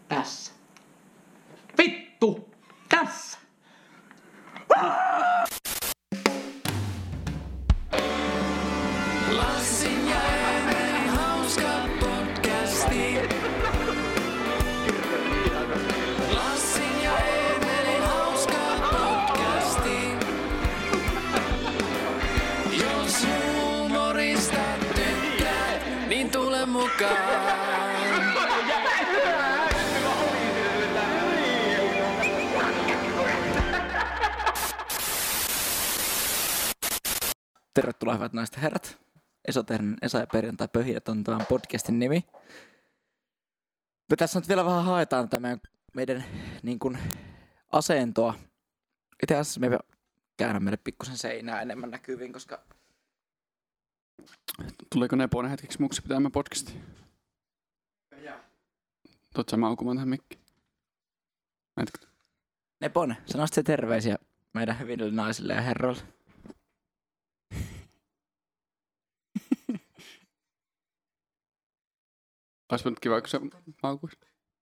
Tässä. Vittu! Tässä! Lassin ja Eemelin hauska podcasti. Lassin ja Eemelin hauska podcasti. Jos huumorista tykkäät, niin tule mukaan. Tervetuloa hyvät naiset ja herrat. Esoterinen Esa ja perjantai pöhinät on tämän podcastin nimi. Me tässä nyt vielä vähän haetaan tätä meidän niin kuin asentoa. Itse asiassa me käydään meille pikkusen seinää enemmän näkyviin, koska... Tuleeko Neponen hetkeksi muksi pitämään podcastia? Joo. Tuot sä maukumaan tähän mikkiin? Nepone, sanoisit se terveisiä meidän hyville naisille ja herroille. Olisi nyt kiva, kun se maukuisi.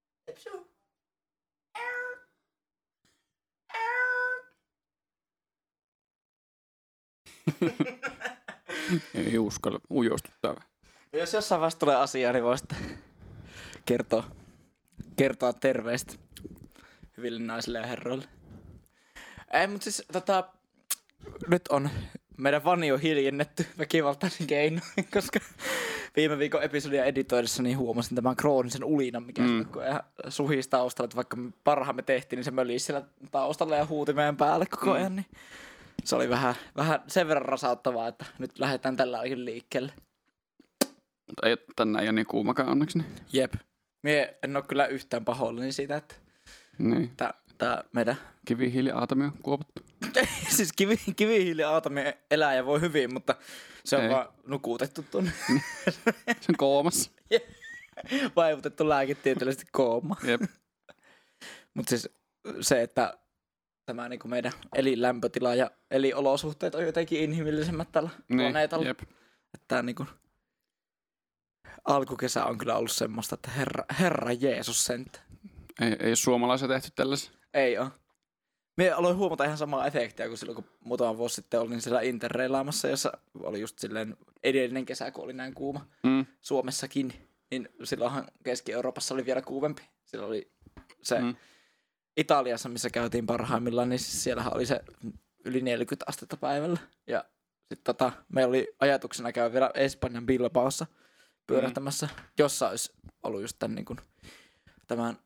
Ei uskalla ujostuttaa. Jos jossain vaiheessa tulee asiaa, niin voisit kertoa terveistä hyville naisille ja herroille. Ei, mutta siis nyt on meidän fani on hiljennetty väkivaltaisen keinoin, koska viime viikon episodia editoidessa niin huomasin tämän kroonisen ulinan, mikä suhisi taustalla, että vaikka parhaamme tehtiin, niin se mölisi siellä taustalla ja huuti meidän päälle koko ajan, niin se oli vähän sen verran rasauttavaa, että nyt lähdetään tällä liikkeelle. Mutta ei tänään ei ole niin kuumakaan onneksi. Niin. Jep. Mie en ole kyllä yhtään pahoillani siitä, että niin. Tää meidän... Kivihiiliaatomi on kuopattu. Siis kivihiiliaatomi elää ja voi hyvin, mutta se on ei. vaan nukutettu tuonne. Se on koomassa. Vaivutettu lääketieteellisesti kooma. Jep. Mutta siis se, että tämä niinku meidän elinlämpötila ja eliolosuhteet on jotenkin inhimillisemmät tällä planeetalla. Jep. Että niinku alkukesä on kyllä ollut semmoista, että herra Jeesus senttä. Ei suomalaisia tehty tällaisia. Ei oo. Mie aloin huomata ihan samaa efektiä kuin silloin, kun muutama vuosi sitten olin siellä interreilaamassa, jossa oli just silleen edellinen kesä, kun oli näin kuuma Suomessakin. Niin silloinhan Keski-Euroopassa oli vielä kuumempi. Silloin oli se Italiassa, missä käytiin parhaimmillaan, niin siis siellähän oli se yli 40 astetta päivällä. Ja sitten meillä oli ajatuksena käydä vielä Espanjan Bilbaossa pyörähtämässä, jossa olisi ollut just tämän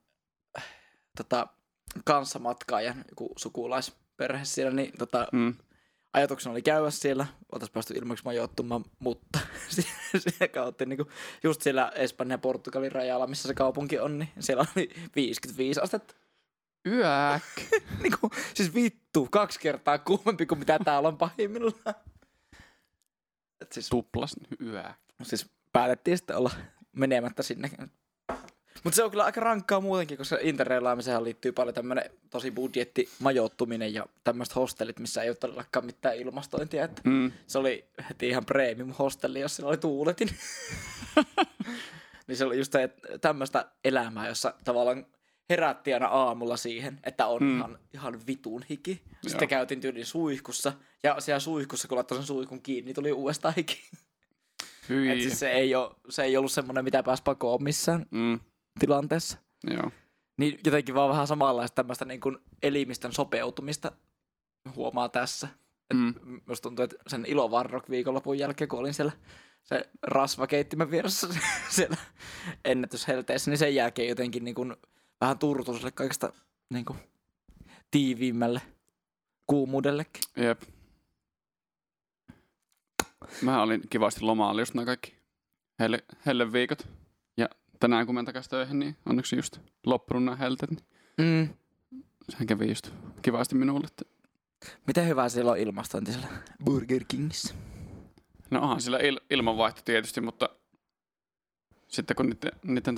kanssamatkaajan joku sukulaisperhe siellä, niin ajatuksena oli käydä siellä, oltaisiin päästy ilmaksi majoittumaan, mutta siinä kautta niin just siellä Espanjan ja Portugalin rajalla, missä se kaupunki on, niin siellä oli 55 astetta. Yäk. Siis vittu, 2 kertaa kuumempi kuin mitä täällä on pahimmillaan. Siis, tuplas yäk. Siis päätettiin sitten olla menemättä sinne. Mutta se on kyllä aika rankkaa muutenkin, koska interreilaamiseen liittyy paljon tämmöinen tosi budjettimajoittuminen ja tämmöiset hostellit, missä ei ole todellakaan mitään ilmastointia. Että se oli heti ihan premium hostelli, jos siinä oli tuuletin. Niin se oli just tämmöistä elämää, jossa tavallaan herättiin aina aamulla siihen, että on ihan vitun hiki. Sitten käytiin tyylin suihkussa ja siellä suihkussa, kun laittoi sen suihkun kiinni, niin tuli uudestaan hiki. Et siis se ei ollut semmoinen, mitä pääsi pakoon missään tilanteessa. Joo. Niin jotenkin vaan vähän samanlaista tämmöistä niin kuin elimistön sopeutumista huomaa tässä. Musta tuntuu, että sen ilovarrok viikonlopun jälkeen, kun olin siellä se rasvakeittimen vieressä siellä ennätyshelteessä, niin sen jälkeen jotenkin niin kuin vähän turtui sille kaikesta niin kuin tiiviimmälle kuumuudellekin. Jep. Mä olin kivasti lomaalla just nämä kaikki helle viikot. Ja tänään kun menen takaisin töihin, niin onneksi just loppunut nämä heltet. Niin sehän kävi just kivasti minulle. Että... Miten hyvä siellä on ilmastointi siellä Burger Kingissä? No onhan siellä ilmanvaihto tietysti, mutta sitten kun niiden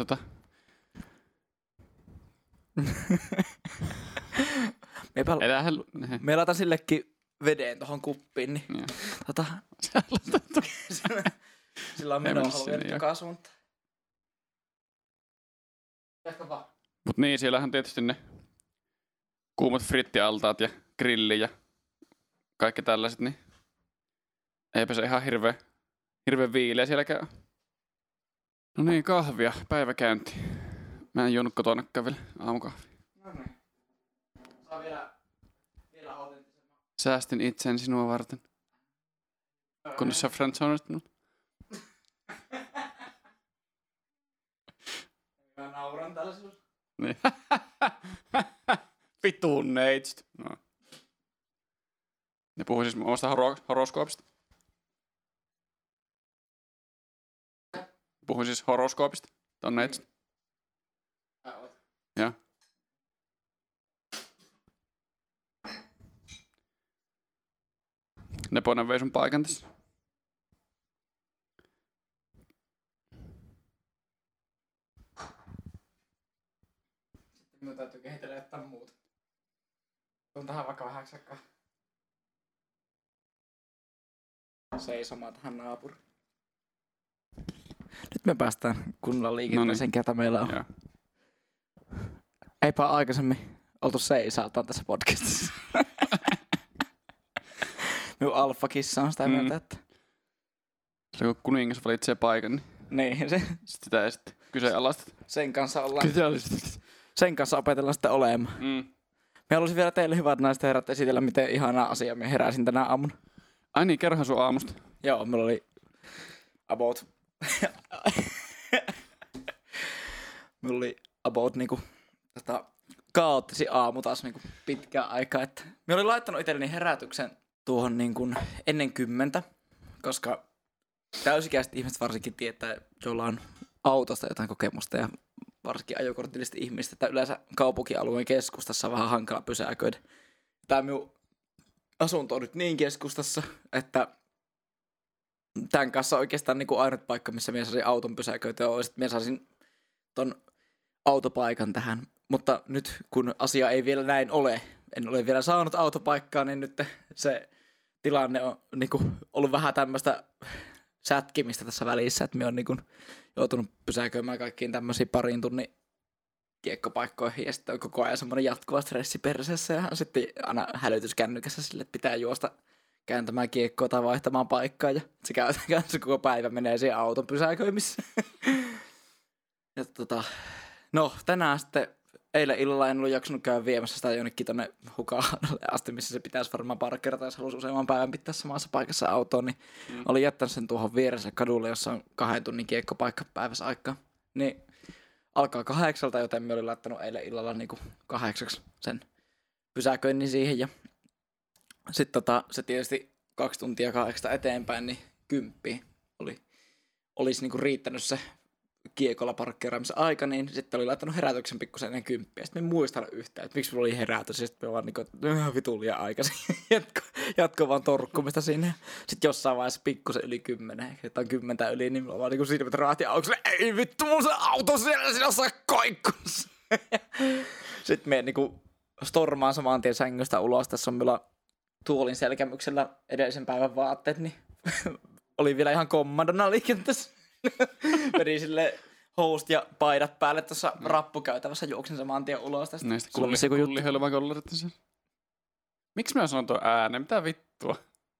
Me laitan sillekin veden tohon kuppiin, niin sillä on menoa joka suuntaan. Jatka vaan. Mut niin, siellähän tietysti ne kuumat frittialtaat ja grilli ja kaikki tällaiset, niin eipä se ihan hirveän viileä sielläkään. No niin, kahvia, päiväkäynti. Mä en juonut kotonakaan vielä aamukahvia. No niin. Saa vielä autenttisemman. Säästin itseäni sinua varten. Kunnes sä friends onnistunut. Mä nauran tällaisella. Niin. Vitun neitsyt. No. Ne puhui siis omasta horoskoopista. Puhui siis horoskoopista. Ton neitsyt. Joo. Neponen vei sun paikan tässä. Minun täytyy kehitellä jotain muuta. Tuon tähän vaikka vähäksi aikaa seisomaan tähän naapuriin. Nyt me päästään kunnolla liikenteeseen, ketä meillä on. Joo. Eipä aikaisemmin oltu seisaaltaan tässä podcastissa. Minun alfakissa on sitä mieltä, että... Se kun kuningas valitsee paikan, niin Niin, se, sitä ei sitten kyseenalaista. sen kanssa sen kanssa opetellaan sitten olemaan. Me haluaisin vielä teille, hyvät naiset ja herrat, esitellä, miten ihanaa asiaa me heräsin tänä aamuna. Ai niin, kerrohan sun aamusta. Joo, mulla oli about niinku kaoottisi aamu taas niinku pitkään aikaa. Että mä olin laittanut itselleni herätyksen tuohon niinku ennen 10, koska täysikäiset ihmiset varsinkin tietää, joilla on autosta jotain kokemusta ja varsinkin ajokortillista ihmistä, että yleensä kaupunkialueen keskustassa on vähän hankala pysäköidä. Tää minun asunto on nyt niin keskustassa, että tämän kanssa oikeastaan niin kuin ainut paikka, missä minä saisin auton pysäköityä, olisi, että minä saisin ton autopaikan tähän. Mutta nyt kun asia ei vielä näin ole, en ole vielä saanut autopaikkaa, niin nyt se tilanne on niin kuin ollut vähän tämmöistä sätkimistä tässä välissä, että minä olen niin kuin joutunut pysäköimään kaikkiin tämmöisiin parin tunnin kiekkopaikkoihin ja sitten on koko ajan semmoinen jatkuva stressi perseessä ja sitten aina hälytyskännykässä sille, että pitää juosta kääntämään kiekkoa tai vaihtamaan paikkaa ja se käytännössä koko päivä menee siihen auton pysäköimissä. Ja no tänään sitten eilen illalla en ollut jaksanut käydä viemässä sitä jonnekin tonne Hukaanalle asti, missä se pitäisi varmaan parkkeerata, jos halusi useamman päivän pitää samassa paikassa autoon, niin olin jättänyt sen tuohon vieressä kadulle, jossa on 2 tunnin kiekkopaikka päivässä aikaa. Niin alkaa 8, joten me olin laittanut eilen illalla niinku 8 sen pysäköinnin siihen ja sitten se tietysti 2 tuntia 8 eteenpäin, niin 10 olisi niinku riittänyt se kiekolla parkkeeraamisen aika, niin sitten oli laittanut herätyksen pikkusen ennen 10. Sitten en muistanut yhtään, että miksi mulla oli herätys. Ja sitten me vaan niinku, vitu liian aikaisin. Jatko vaan torkkumista sinne. Sitten jossain vaiheessa pikkusen yli 10, että on 10 yli, niin mulla vaan niinku silmät raahti aukselle. Ei vittu, mulla se auto siellä, siinä on koikkussa. Sitten me niinku stormaan saman tien sängystä ulos. Tässä on meillä tuolin selkämyksellä edellisen päivän vaatteet, niin oli vielä ihan kommandona liikenteessä. Vedin sille host ja paidat päälle tuossa rappukäytävässä, juoksin saman tien ulos tästä. Näistä kullihölmäkollarit. Miksi mä sanon tuon ääneen? Mitä vittua?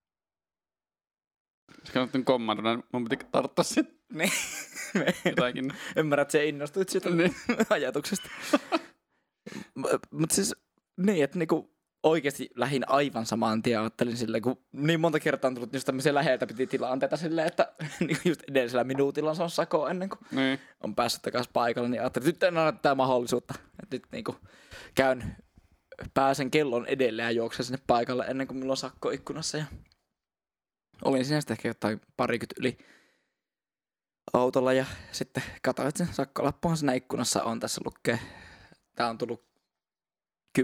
Se kannattiin kommandona, mun piti tarttua sitten. Niin. Jotakin. Ymmärrät, että se innostuit siitä ajatuksesta. Mutta siis niin, että niinku oikeasti lähin aivan samaan tien, ajattelin silleen, kun niin monta kertaa on tullut just tämmöisiä läheltä piti tilanteita silleen, että just edellisellä minuutilla se on sako ennen kuin on päässyt takaisin paikalle, niin ajattelin, että nyt en anna tätä mahdollisuutta, että nyt niinku pääsen kellon edelleen ja juoksen sinne paikalle ennen kuin minulla on sakko ikkunassa ja olin siinä sitten ehkä jotain 20 yli autolla ja sitten katsoin, että se sakkolappuhan siinä ikkunassa on, tässä lukee, tää on tullut 10-15.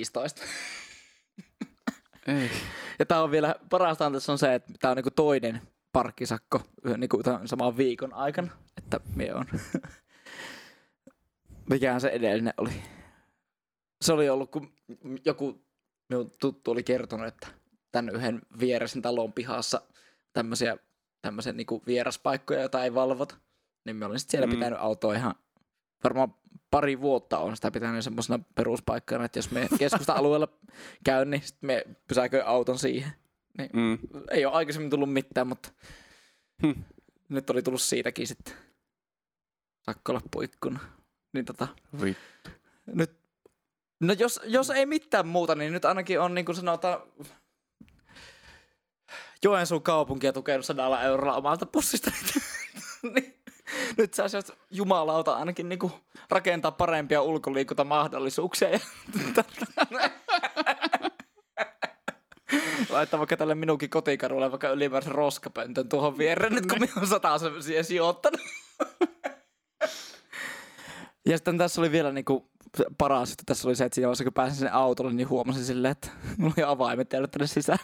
Ei. Ja tää on vielä, parastaan tässä on se, että tää on niinku toinen parkkisakko niinku saman viikon aikana, että mie on. Mikähän se edellinen oli? Se oli ollut, kun joku minun tuttu oli kertonut, että tän yhden viereisen talon pihassa tämmöisiä niinku vieraspaikkoja, joita ei valvota. Niin me olin sitten siellä pitänyt autoa ihan varmaan pari vuotta on sitä pitänyt semmoisena peruspaikkana, että jos me keskusta-alueella käyn, niin sit me pysäköin auton siihen. Niin ei ole aikaisemmin tullut mitään, mutta nyt oli tullut siitäkin sitten sakkolappuikkuna. Niin nyt, no jos ei mitään muuta, niin nyt ainakin on niin kuin sanotaan Joensuun kaupunkia tukenut 100 eurolla omalta pussista. Niin, nyt saisi jumalauta ainakin niin kuin rakentaa parempia ulkoliikuntamahdollisuuksia. Ja laittaa vaikka tälle minunkin kotikarulle vaikka ylimääräisen roskapöntön tuohon viereen, nyt kun minä on 100 siihen sijoittanut. Ja sitten tässä oli vielä niinku paras, että tässä oli se, että siinä vaiheessa kun pääsin sinne autolle, niin huomasin silleen, että mulla oli avaimet jäänyt tänne sisään.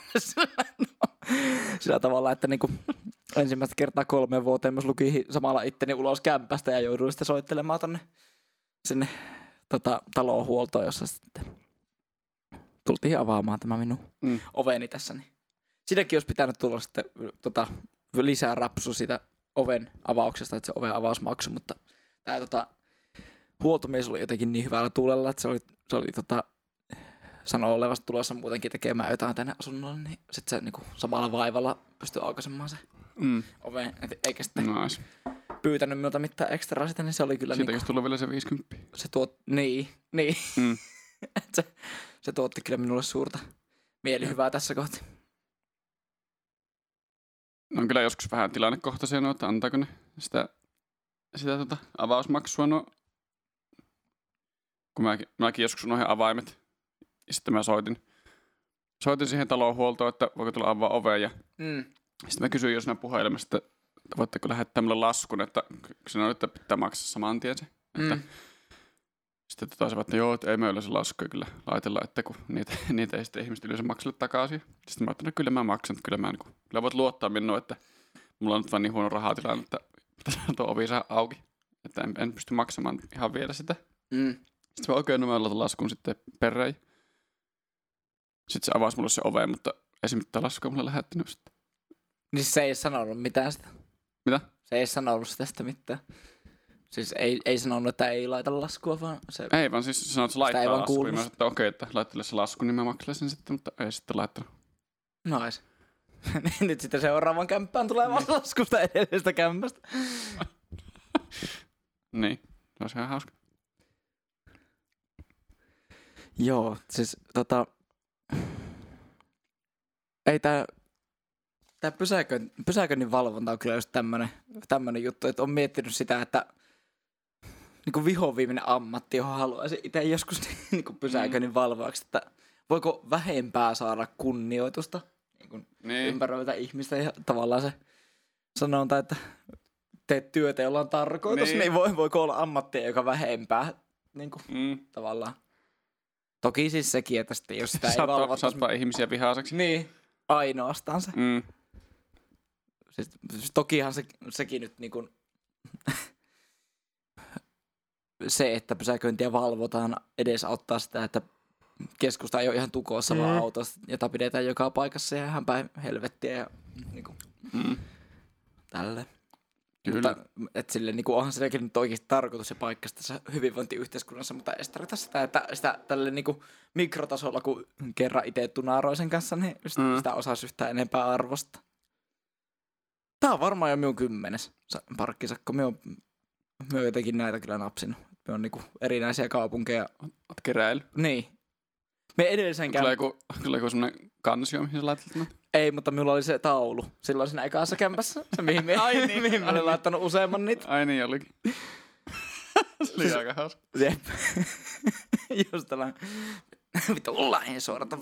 Sillä tavalla, että niinku ensimmäistä kertaa 3 vuoteen myös luki samalla itteni ulos kämpästä ja jouduin sitten soittelemaan tonne sinne talonhuoltoon, jossa sitten tultiin avaamaan tämä minun oveni tässä. Niin. Siinäkin olisi pitänyt tulla sitten lisää rapsu siitä oven avauksesta, että se oven avaus maksoi, mutta tämä huoltomies oli jotenkin niin hyvällä tuulella, että se oli sanoi olevasti tulossa muutenkin tekemään jotain tänne asunnolle, niin sitten se niinku samalla vaivalla pystyi aukaisemaan se oven, eikä sitten pyytänyt minulta mitään ekstraa sitä, niin se oli kyllä siitäkin niinku tullut vielä se 50. Se niin. Se tuotti kyllä minulle suurta mielihyvää tässä kohti. No on kyllä joskus vähän tilannekohtaisia, että antaako ne sitä avausmaksua. No, kun mäkin joskus unohdin avaimet, ja sitten mä soitin siihen talonhuoltoon, että voiko tulla avaa oveen. Ja sitten mä kysyin jo siinä puhelimessa, että voitteko lähettää mulle laskun, että sanoi, että pitää maksaa saman tien se. Että sitten se että joo, että ei me yleensä laskuja kyllä laitella, että kun niitä ei sitten ihmiset yleensä makselle takaisin. Sitten mä ajattelin, että kyllä mä maksan, että kyllä voit luottaa minuun, että mulla on nyt vaan niin huono rahatilanne, että pitäisi tuo ovi saa auki. Että en pysty maksamaan ihan vielä sitä. Sitten mä oikein mä laitan laskun sitten perään. Sitten se avasi mulle se ove, mutta ei se mitään laskua mulle lähettänyt sitten. Niin se ei sanonut mitään sitä? Mitä? Se ei sanonut tästä mitään. Siis ei sanonut, että ei laita laskua, vaan se... Ei, vaan siis sanoi, että se laittaa laskua. Mä sanoin, että okei, että laittele se lasku, niin mä makselen sen sitten, mutta ei sitten laittanut. Nois. Nyt sitten seuraavan kämppään tulee vaan laskusta edellisestä kämpästä. Niin, se olisi ihan hauska. Joo, siis ei tää pysäköinnin valvonta on kyllä just tämmönen juttu, että on miettinyt sitä, että niinku vihoviimeinen ammatti, johon haluaisin itse joskus niinku pysäköinnin valvoaksi, että voiko vähempää saada kunnioitusta ympäröivältä ihmistä ja tavallaan se sanonta, että teet työtä, jolla on tarkoitus, niin voiko olla ammattia, joka vähempää niinku tavallaan. Toki siis sekin, että sitten jos sitä ei valvota... Saattaa ihmisiä vihaiseksi. Niin, ainoastaan se. Siis tokihan sekin nyt niin kuin se, että pysäköintiä valvotaan edesauttaa sitä, että keskusta ei ole ihan tukossa vaan autosta, jota pidetään joka paikassa ja ihan päin helvettiä ja niin kuin tälle. Kyllä. Mutta et sille, niin kuin, onhan silläkin nyt oikeasti tarkoitus ja paikka tässä hyvinvointiyhteiskunnassa, mutta ei sitä sitä, että sitä tälle niin kuin mikrotasolla, kun kerran itse tunaaroin sen kanssa, niin sitä osaisi yhtään enempää arvosta. Tää on varmaan jo minun 10. parkkisakko. Me on jotenkin näitä kyllä napsinut. Me on niinku erinäisiä kaupunkeja. Oot keräily. Niin. Me edellisenkään... Kyllä joku semmonen kansio, mihin sä laitat? Ei, mutta minulla oli se taulu. Silloin siinä ekassa kämpässä. Se mihin mä olin laittanut useamman niitä. Ai niin olikin. Se oli aika hauska. Jep. Just tällainen. Vittu lain suorata.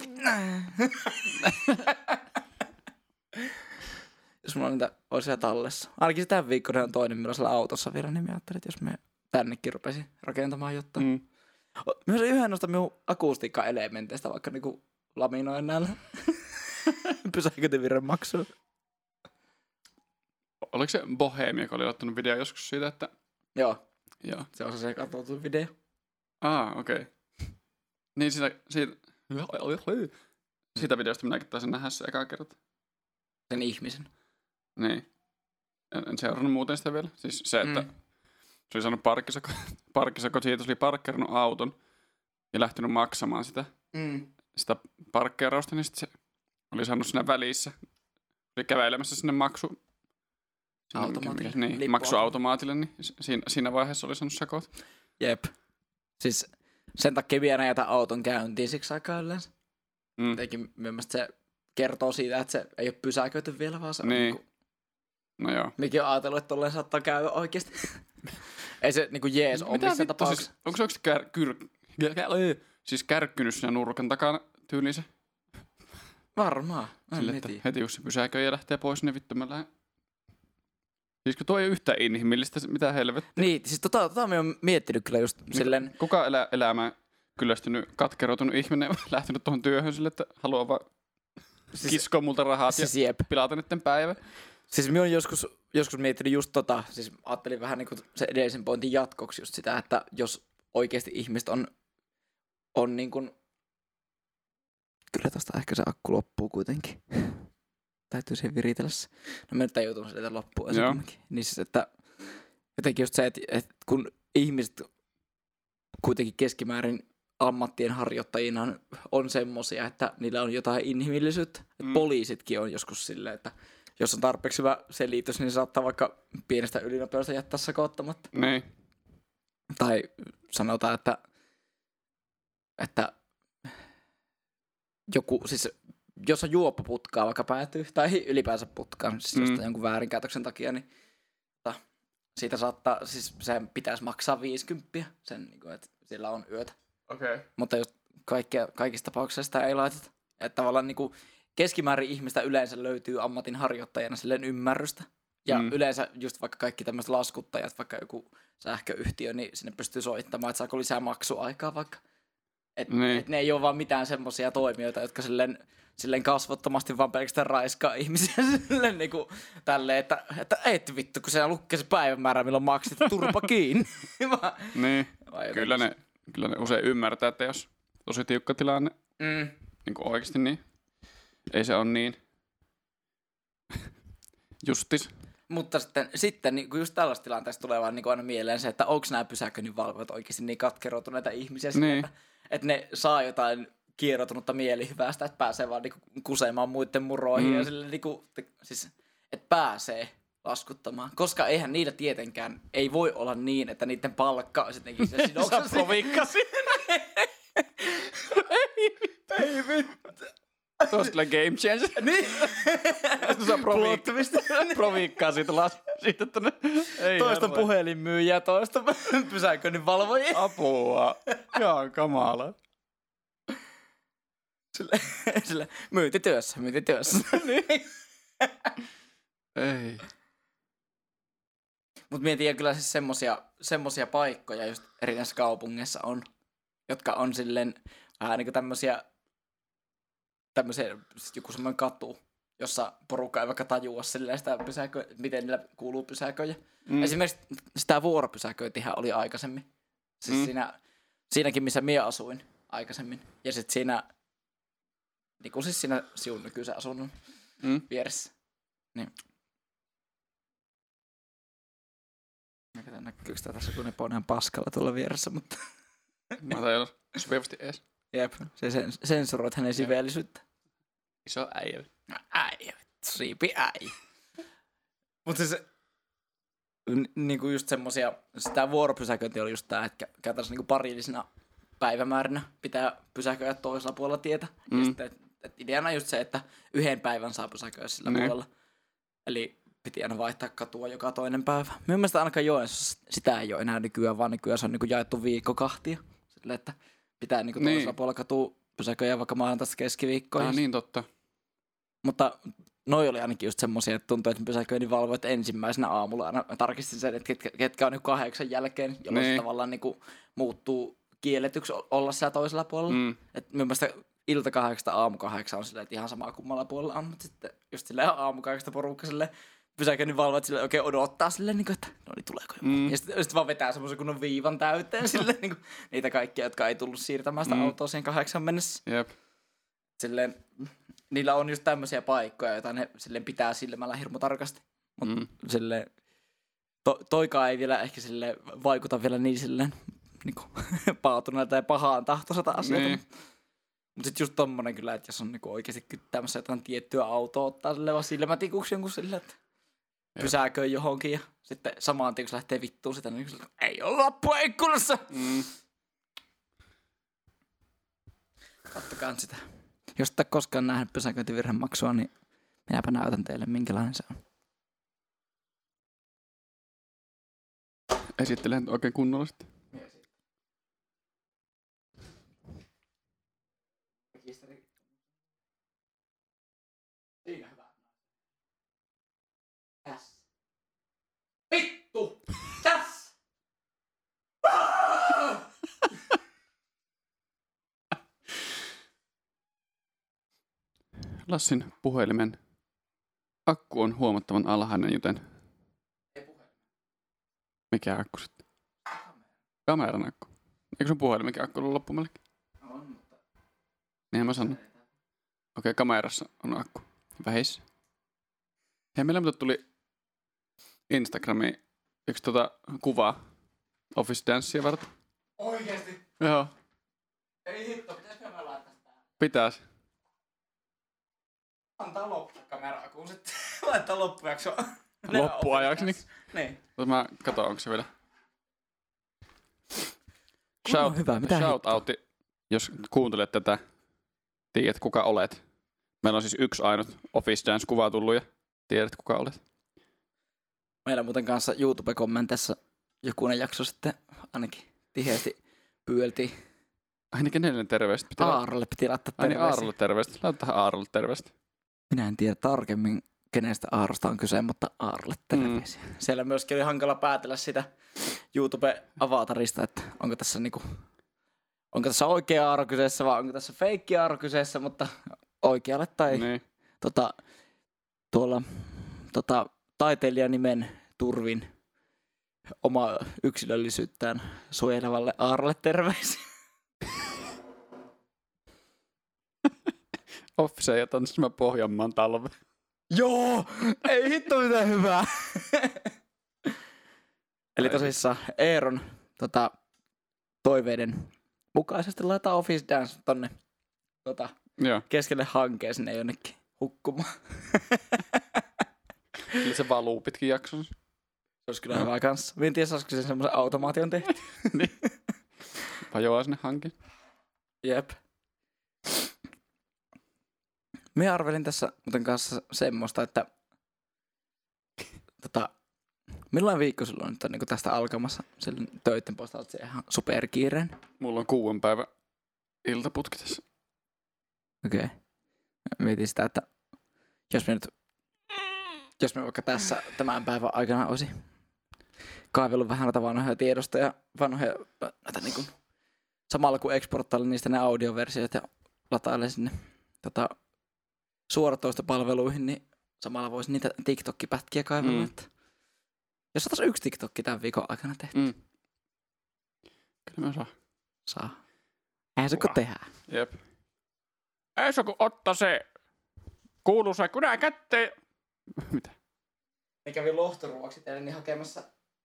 Jos mulla niitä olisi siellä tallessa. Ainakin se tämän viikkoinen on toinen, millä siellä autossa vielä, niin mä ajattelin, että jos me tännekin rupesin rakentamaan jotain. Myös yhden noista minun akustiikka-elementeistä, vaikka niinku laminoin näillä pysäköintivirran maksuilla. Oliko se Bohemia, joka oli ottanut video joskus siitä, että... Joo. Se on se katsottu video. Okei. Okay. Niin siitä videosta minäkin taisin nähdä se ekaa kertaa. Sen ihmisen. Niin. En seurannut muuten sitä vielä. Siis se, että Se oli saanut parkkisakot siitä, se oli parkkeerannut auton ja lähtenyt maksamaan sitä parkkeerausta, niin sit se oli saanut siinä välissä. Oli kävelemässä sinne maksuautomaatille, niin siinä vaiheessa oli saanut sakot. Jep. Siis sen takia vielä näitä auton käyntiin siksi aikaa yleensä. Jotenkin mielestäni se kertoo siitä, että se ei ole pysäköity vielä, vaan se on niin. No joo. Mikin on ajatellut, että tolleen saattaa käydä oikeasti. Ei se niinku jees ole missään tapauksessa. Siis, onko se oikeasti kärkkynyt siinä nurkan takana tyyliin se? Varmaan. Sille, että heti jos se pysäköi ja lähtee pois, niin vittu mä lähden. Siis kun tuo ei ole yhtään inhimillistä, mitä helvettiä. Niin, siis tota me on miettinyt kyllä just silleen. Kuka elämään kyllästynyt, katkeroitunut ihminen lähtenyt tuohon työhön sille, että haluaa vaan kiskoa multa rahaa ja pilata niiden päivä. Siis minä olen joskus miettinyt just siis ajattelin vähän niin kuin se edellisen pointin jatkoksi just sitä, että jos oikeasti ihmiset on niin kuin. Kyllä tosta ehkä se akku loppuu kuitenkin. Täytyy siihen viritellä se. No mä nyt tajuutun sieltä loppuun. Niin siis, että jotenkin just se, että kun ihmiset kuitenkin keskimäärin ammattien harjoittajina on semmosia, että niillä on jotain inhimillisyyttä. Että poliisitkin on joskus silleen, että jos on tarpeeksi hyvä selitys, niin saattaa vaikka pienestä ylinopeudesta jättää sakottamatta. Niin. Tai sanotaan, että joku, siis jos on juoppoputkaa vaikka päätyy, tai ylipäänsä putkaan, siis jostain jonkun väärinkäytöksen takia, niin siitä saattaa, siis sen pitäisi maksaa 50, sen, että sillä on yötä. Okay. Mutta just kaikissa tapauksissa sitä ei laiteta. Että tavallaan niin kuin keskimäärin ihmistä yleensä löytyy ammatin harjoittajana silleen ymmärrystä. Ja yleensä just vaikka kaikki tämmöiset laskuttajat, vaikka joku sähköyhtiö, niin sinne pystyy soittamaan, että saako lisää maksuaikaa vaikka. Että ne ei ole vaan mitään semmoisia toimijoita, jotka silleen kasvottomasti vaan pelkästään raiskaa ihmisiä silleen niinku tälleen, että et vittu, kun se lukee se päivämäärä, milloin maksit turpa kiinni. Niin, kyllä ne usein ymmärtää, että jos tosi tiukka tilanne, niin kuin oikeasti niin, ei se ole niin justis. Mutta sitten niin just tällaista tilanteesta tulee vaan niin aina mieleen se, että onko nämä pysäköinninvalvojat oikeasti niin katkeroituneita ihmisiä niin. Että ne saa jotain kieroutunutta mielihyvästä, että pääsee vaan niinku kusemaan muiden muroihin ja sille niinku, siis, että pääsee laskuttamaan. Koska eihän niillä tietenkään, ei voi olla niin, että niiden palkka olisi jotenkin se sidoksen. Sä proviikkasin. Ei vittu. Tuossa kyllä game changer. Niin. Sä proviikkaa siitä tonne. Toista puhelinmyyjää, toista pysäköinninvalvojia. Apua. Jaa, kamala. Sille myyntityössä. Ei. Mut mietin kyllä siis semmosia paikkoja just erinäisissä kaupungeissa on, jotka on silleen vähän niinku tämmösiä joku semmoinen katu, jossa porukka ei vaikka tajua silleen sitä miten niillä kuuluu pysäköjä. Esimerkiksi sitä vuoropysäköintihän oli aikaisemmin. Siis siinäkin, missä minä asuin aikaisemmin. Ja sitten siinä, niin kuin siis siinä sinun nykyisen asunnon vieressä. Niin. Näkyykö sitä tässä, kun ne on ihan paskalla tuolla vieressä, mutta. Mä tajun suvevasti ees. Jep, se sensuroit hänen siveellisyyttä. Iso äijä. Äijä, siipi äijä. Mutta siis niinku just semmosia, sitä vuoropysäköinti oli just tää, että käytännössä niinku parillisena päivämäärinä pitää pysäköidä toisella puolella tietä. Ja sitten, et ideana just se, että yhden päivän saa pysäköidä sillä puolella. Eli piti aina vaihtaa katua joka toinen päivä. Minun mielestä ainakaan Joensuussa sitä ei ole enää nykyään, vaan nykyään se on niinku jaettu viikko kahtia. Silleen, että pitää niinku toisella puolella katua pysäköidä vaikka maanantaista keskiviikkoihin. Niin totta. Mutta noi oli ainakin just semmosia, että tuntui, että pysäköinninvalvojat ensimmäisenä aamulla aina tarkistin sen, että ketkä on niinku 8 jälkeen, jolloin se tavallaan niinku muuttuu kielletyksi olla siellä toisella puolella. Et minun mielestä ilta 8 aamu 8 on silleen, että ihan sama kummalla puolella on, mutta sitten just silleen aamu 8 porukka silleen pysäköinninvalvojat silleen oikein odottaa silleen, niinku, että no niin tuleeko joku. Ja sitten vaan vetää semmoisen kunnon viivan täyteen silleen, niinku, niitä kaikkia, jotka ei tullut siirtämään sitä autoa siihen 8 mennessä. Jep. Silleen, niillä on just tämmöisiä paikkoja, joita ne silleen pitää silmällä hirmu tarkasti. Mut silleen, toikaan ei vielä ehkä sille vaikuta vielä niin silleen niinku paatuneelta ja pahaan tahtoiselta asialta. Niin. Mutta sitten just tommonen kyllä, että jos on niinku oikeasti kyttäämässä jotain tiettyä autoa, ottaa silleen vaan silmätikuksi jonkun silleen, että pysäköi johonkin ja sitten samaan tien kun se lähtee vittuun sitä, niin silleen, ei ole loppua ikkunassa. Kattokaa nyt sitä. Jos ette koskaan nähnyt pysäköintivirhemaksua, niin minäpä näytän teille minkälainen se on. Esittelen oikein kunnolla sitten. Siinä hyvä. Tässä. Vittu! Tässä! Lassin puhelimen akku on huomattavan alhainen, joten... Mikä akku sitten? Kameran akku. Eikö sun puhelimenkin akku ollut loppumallekin? On, mutta... Niinhän mä sanon. Okei, kamerassa on akku. Vähis. Hei, meillä muuten tuli Instagramiin yksi kuva Office Dancea varten. Oikeesti? Joo, Ei hitto, pitäisikö me laittaa sitä? pitäis. Antaa loppukamera, kun sitten laittaa loppujakso. Loppuajaksi, niin. Niin. Mä katon, onko se vielä. Hyvä, mitä Shout outi, jos kuuntelet tätä, tiedät kuka olet. Meillä on siis yksi ainut Office Dance-kuva tullut ja tiedät kuka olet. Meillä muuten kanssa YouTube-kommenteissa jokunen jakso sitten ainakin tiheästi pyöltiin. Ainakin kenelle terveistä? Aarolle piti laittaa Aini terveisiä. Aarolle terveistä. Laita tähän Aarolle terveistä. Minä en tiedä tarkemmin, kenestä Aarosta on kyse, mutta Aarolle terveisiä. Siellä myöskin oli hankala päätellä sitä YouTube-avatarista, että onko tässä oikea Aaro kyseessä vai onko tässä feikki Aaro kyseessä, mutta oikealle tai Niin. tuolla taiteilijanimen turvin oma yksilöllisyyttään suojelevalle Aarolle terveisiä. Office ja tanssimaan Pohjanmaan talve. Joo! Ei hitto mitään hyvää! Eli tosissaan Eeron toiveiden mukaisesti laittaa Office Dance tonne Joo. keskelle hankeen sinne jonnekin hukkumaan. Eli se valuu pitkin jakson. Se olisi kyllä hyvä kanssa. Mä en tiedä, saisiko sen semmoisen automaation tehty. Niin. Vajoaa sinne hankin. Jep. Minä arvelin tässä muuten kanssa semmoista, että millainen viikko sulla on nyt on niin tästä alkamassa? Silloin töitten puolesta olet ihan superkiireen. Mulla on 6 päivä iltaputki tässä. Okei. Mietin sitä, että jos me vaikka tässä tämän päivän aikana olisi kaivellut vähän noita vanhoja tiedostoja, vanhoja näitä niin kuin, samalla kun eksporttailin niistä ne audioversiot ja latailen sinne suoratoistopalveluihin, niin samalla voisi niitä TikTok-pätkiä kaivella. Että jos saataisiin yksi TikTokki tämän viikon aikana tehty. Kyllä mä saa. Saa. Eihän se kun tehdään. Jep. Ei se kun ottaa se kuuluisa kynä kätteen. Mitä? Me kävin lohturuoksi teille niin hakemassa.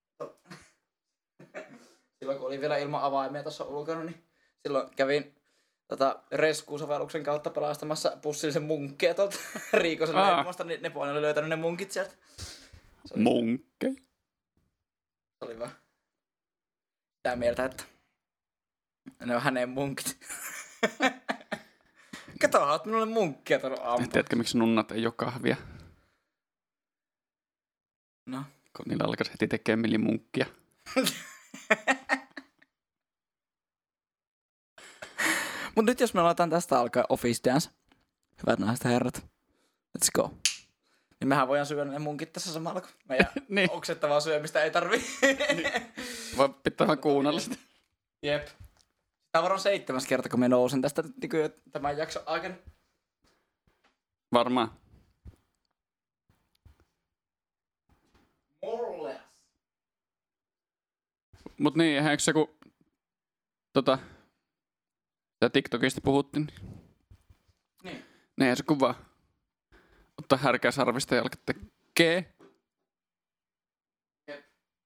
Silloin kun oli vielä ilman avaimia tuossa ulkona, niin silloin kävin reskuusovelluksen kautta pelastamassa pussillisen munkkeja tuolta Riikosen leipomasta, niin Neponen oli löytänyt ne munkit sieltä. Munkkeja? Se oli vaan sitä mieltä, että ne on hänen munkit. Kato, oot minulle munkkia tuolla aamulla. Tiedätkö, miksi nunnat ei oo kahvia? No. Kun niillä alkaisi heti tekemään millimunkkia. Mut nyt jos me aletaan tästä alkaa Office Dance, hyvät naiset ja herrat, let's go. Niin mehän voidaan syödä ne munkit tässä samalla, kun meidän Niin. oksettavaa syömistä ei tarvii. Voi pitää vaan kuunnella sitä. Jep. Tämä on varmaan 7. kerta, kun me nousen tästä tämän jakson aikana. Varmaan. Molleas. Mut niin, eihän se kun TikTokista puhuttiin, Niin. eihän se kun vaan ottaa härkää sarvista ja alkaa tekee. Jep.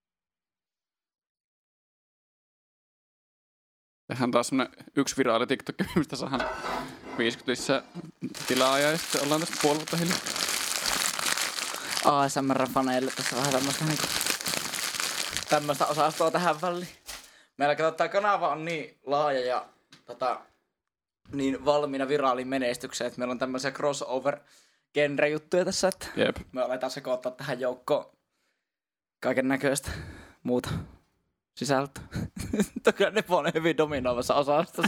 Tehdään taas semmonen yksi viraali TikTok, mistä saadaan 50 lisää tilaajaa ja sitten ollaan tästä puoli vuotta hiljaa. ASMR-faneille tässä vähän tämmöistä osastoa tähän väliin. Meillä katsotaan, kanava on niin laaja ja niin valmiina viraaliin menestykseen, että meillä on tämmöisiä crossover-genre-juttuja tässä, että Jep. me aletaan sekoittaa tähän joukkoon kaiken näköistä muuta sisältöä. Toki Nepo on hyvin dominoivassa osastossa.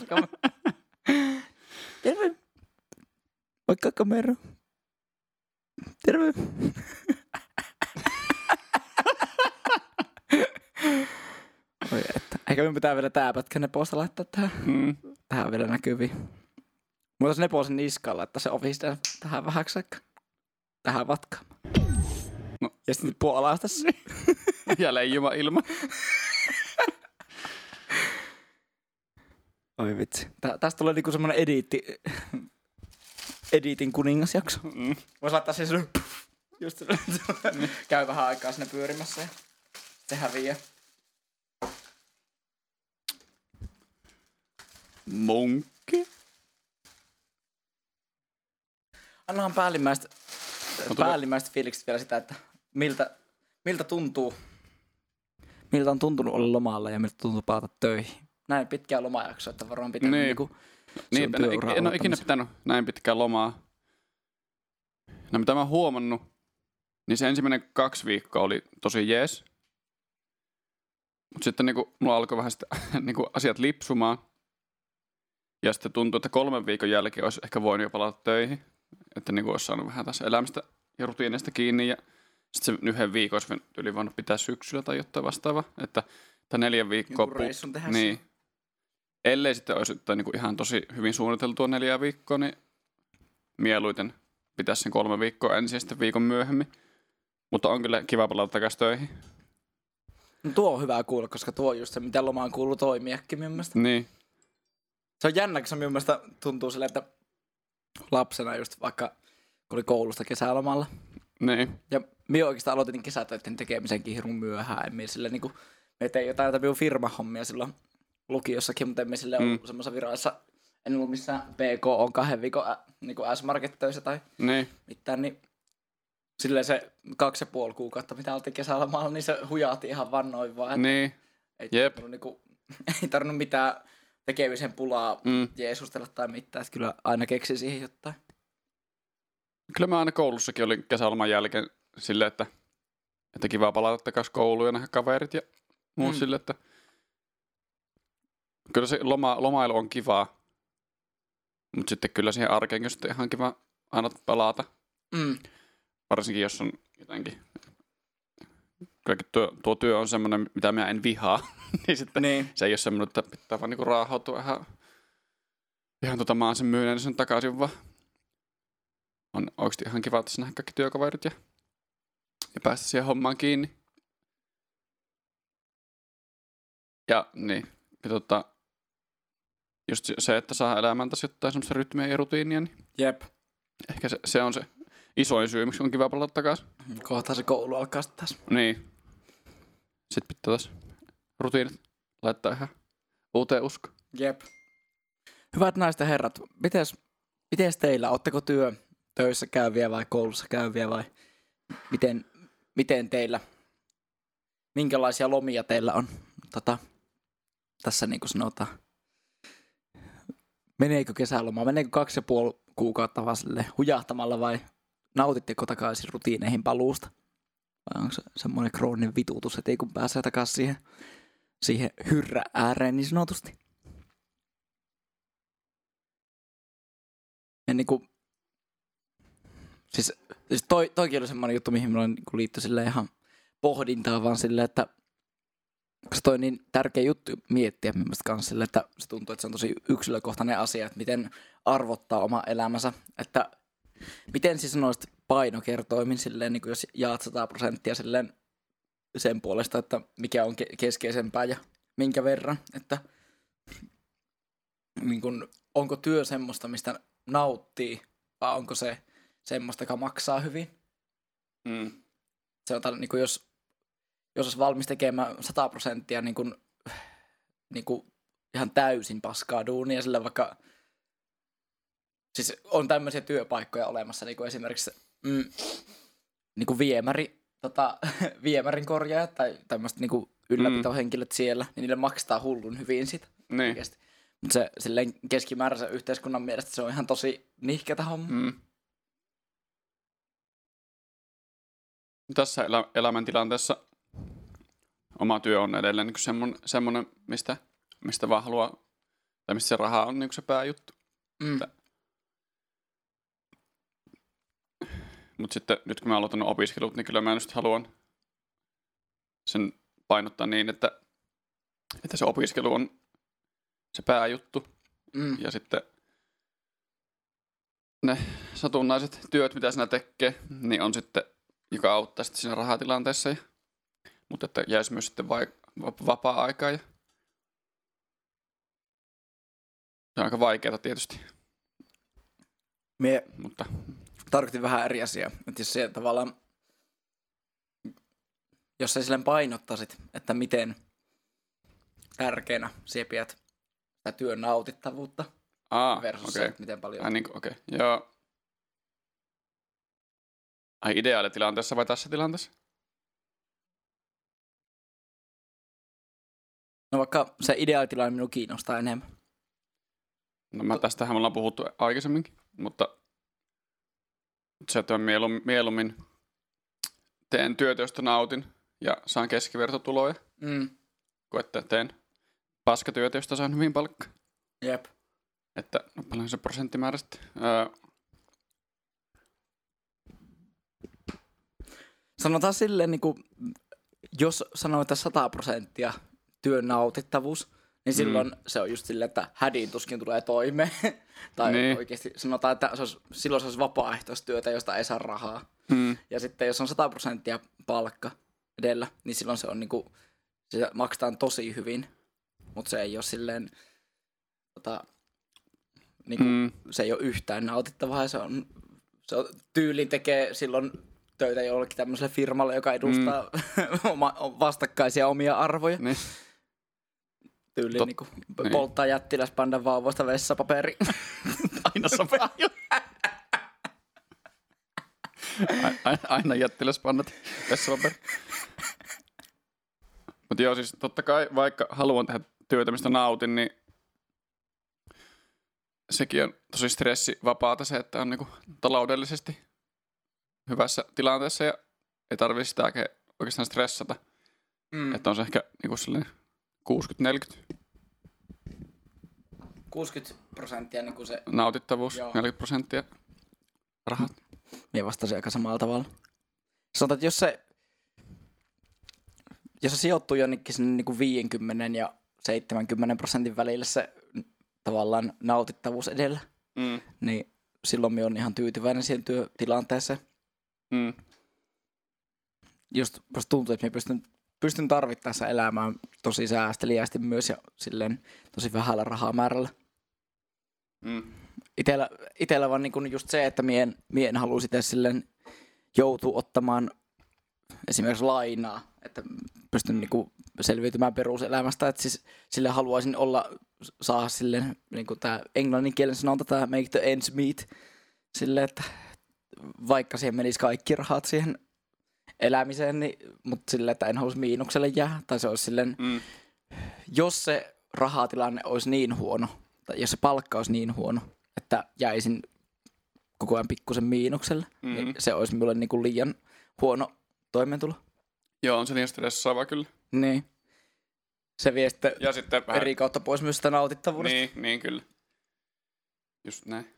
Terve. Vaikka kamera. Terve. Oi, että. Ehkä me pitää vielä tää pätkä Neposta laittaa tähän vielä näkyviin. Mutta jos Nepo sen niskalla, että se ofiste tähän vähäksi aikaa. Tähän vatkaan. No. Ja sitten puolaa tässä. Ja leijuma ilma. Oi vitsi. Tästä tulee niinku semmonen editin kuningasjakso. Vois laittaa siis just käy vähän aikaa sinne pyörimässä ja se häviää. Monkki. Annahan päällimmäistä fiilikset vielä sitä, että miltä tuntuu. Miltä on tuntunut olla lomalla ja miltä tuntuu palata töihin. Näin pitkää lomajaksoa, että varmaan pitää niinku Niin, en ole ikinä pitänyt näin pitkää lomaa. No mitä mä oon huomannut, niin se ensimmäinen 2 viikkoa oli tosi jees. Mut sitten niinku, mulla alkoi vähän sitä, niinku, asiat lipsumaan. Ja sitten tuntui, että 3 viikon jälkeen olisi ehkä voinut jo palata töihin. Että niinku olisi saanut vähän tässä elämästä ja rutiineista kiinni. Ja sitten se 1 viikon olisi yli voinut pitää syksyllä tai jotain vastaavaa. Että 4 viikkoa... Niin. Ellei sitten olisi niinku ihan tosi hyvin suunniteltua 4 viikkoa, niin mieluiten pitäisi sen 3 viikkoa ensin ja sitten viikon myöhemmin. Mutta on kyllä kiva palata takaisin töihin. No tuo on hyvä kuulla, koska tuo on just se, mitä lomaan kuuluu toimiakin minun mielestä. Niin. Se on jännä, kun se minun mielestä tuntuu silleen, että lapsena just vaikka kun oli koulusta kesälomalla. Niin. Ja minä oikeastaan aloitin kesätöiden tekemisenkin hirveän myöhään. Me silleen niinku, me tein jotain minun firmahommia silloin lukiossakin, mutta emme silleen ollut semmoisessa virassa. En ollut missään PK on 2 viikon niinku S-Market-töissä tai mitään, niin silleen se 2,5 kuukautta, mitä oltiin kesälomalla, niin se hujaati ihan vaan noin vaan. Niin. Ei tarvinnut mitään tekemisen pulaa jeesustella tai mitään, että kyllä aina keksi siihen jotain. Kyllä mä aina koulussakin olin kesäloman jälkeen silleen, että kiva palata takaisin kouluun ja nähdä kaverit ja muut silleen, että kyllä se lomailu on kivaa, mutta sitten kyllä siihen arkeenkin on ihan kiva aina palata. Varsinkin jos on jotenkin, kylläkin tuo työ on semmoinen, mitä minä en vihaa, niin sitten se ei ole semmoinen, että pitää vaan niinku raahautua ihan maan sen myyneen sen takaisin, vaan on oikeasti ihan kiva tässä nähdä kaikki työkaverit ja päästä siihen hommaan kiinni. Ja niin, ja just se, että saa elämään tässä jotain semmoista rytmiä ja rutiinia, niin ehkä se on se isoin syy, miksi on kiva palata takaisin. Kohta se koulu alkaa sitten taas. Niin. Sitten pitää taas rutiinit laittaa ihan uuteen uskoon. Jep. Hyvät naiset ja herrat, mites teillä? Ootteko töissä käyviä vai koulussa käyviä vai miten teillä? Minkälaisia lomia teillä on? Tässä niin kuin sanotaan. Meneekö kesälomaa? Meneekö 2,5 kuukautta vaan hujahtamalla vai nautitteko takaisin rutiineihin paluusta? Vai onko se semmoinen krooninen vitutus, että ei kun pääsee takaisin siihen hyrrä ääreen niin sanotusti? Ja niinku, siis toikin oli semmoinen juttu, mihin minulla niinku liittyi silleen ihan pohdintaa vaan silleen, että koska toi on niin tärkeä juttu miettiä mielestäni kanssa silleen, että se tuntuu, että se on tosi yksilökohtainen asia, että miten arvottaa oma elämänsä, että miten siis sanoisit painokertoimin silleen, niin kuin jos jaat 100% silleen sen puolesta, että mikä on keskeisempää ja minkä verran, että niin kun, onko työ semmoista, mistä nauttii, vai onko se semmoista, joka maksaa hyvin. Se on niin kuin jos olisi valmis tekemään 100% niin kuin ihan täysin paskaa duunia, sillä vaikka siis on tämmöisiä työpaikkoja olemassa, niin kuin esimerkiksi niin kuin viemärin korjaajat tai tämmöiset niin kuin ylläpitohenkilöt siellä, niin niille maksetaan hullun hyvin sitä. Niin. Mutta se silleen keskimääräisen yhteiskunnan mielestä se on ihan tosi nihkeätä homma. Tässä elämäntilanteessa oma työ on edelleen niin semmoinen, mistä vaan haluaa, tai mistä se raha on niin se pääjuttu. Mutta sitten nyt kun mä aloitan opiskelut, niin kyllä mä just haluan sen painottaa niin, että se opiskelu on se pääjuttu. Ja sitten ne satunnaiset työt, mitä sinä tekee, niin on sitten, joka auttaa sitten siinä rahatilanteessa. Mutta että jäisi myös sitten vapaa-aikaa. Ja se on aika vaikeaa tietysti. Mutta tarkoitin vähän eri asiaa. Että jos se tavallaan, jos sä silleen painottaisit, että miten tärkeänä sinä pidät sitä työn nautittavuutta versus se, että miten paljon. Okei. Ja ideaalitilanteessa vai tässä tilanteessa? No vaikka se ideaalitilanne minua kiinnostaa enemmän. No tästähän me ollaan puhuttu aikaisemminkin, mutta se, että mieluummin teen työtä, josta nautin ja saan keskivertotuloja, kuin että teen paskatyötä, josta saan hyvin palkkaa. Jep. Että no paljon se prosenttimäärä sitten. Sanotaan silleen, niin kuin, jos sanoo, että 100% työn nautittavuus, niin silloin se on just silleen, että hädin tuskin tulee toimeen. Tai niin. Oikeasti sanotaan, että silloin se olisi vapaaehtoistyötä, josta ei saa rahaa. Ja sitten jos on 100% palkka edellä, niin silloin se on niinku, se maksetaan tosi hyvin. Mutta se ei ole silleen, niinku, se ei ole yhtään nautittavaa. Se on tyylin tekee silloin töitä jollekin tämmöiselle firmalle, joka edustaa vastakkaisia omia arvoja. Niin. Tyyliin niinku polttaa jättiläspandan vauvoista vessapaperi. Aina sopea. Aina jättiläspannat vessapaperi. Mutta joo, siis totta kai vaikka haluan tehdä työtä, mistä nautin, niin sekin on tosi stressivapaata se, että on niinku taloudellisesti hyvässä tilanteessa ja ei tarvitse sitä oikeastaan stressata. Että on se ehkä niinku sellainen 60-40. 60% niin kuin se nautittavuus, joo. 40% rahat. Minä vastasin aika samalla tavalla. Sanotaan, että jos se sijoittuu jonnekin sinne niin kuin 50 ja 70% välillä se tavallaan nautittavuus edellä, niin silloin minä olen ihan tyytyväinen siihen työtilanteeseen. Just tuntuu, että minä pystyn tarvittaessa elämään tosi säästeliästi myös ja silleen tosi vähällä rahamäärällä. Itellä vaan niin just se, että mie en halua sitä silleen joutua ottamaan esimerkiksi lainaa, että pystyn niinku selviytymään peruselämästä, että siis sille haluaisin saada silleen niinku tää englanninkielen sanonta, tää make the ends meet, silleen, että vaikka siihen menisi kaikki rahat siihen elämiseen, niin, mutta silleen, että en haluaisi miinukselle jää, tai se olisi silleen, jos se rahatilanne olisi niin huono, tai jos se palkka olisi niin huono, että jäisin koko ajan pikkusen miinukselle, niin se olisi minulle niinku liian huono toimeentulo. Joo, on se niin stressaavaa kyllä. Niin. Se vie sitten, ja sitten vähän eri kautta pois myös sitä nautittavuudesta. Niin kyllä. Just näin.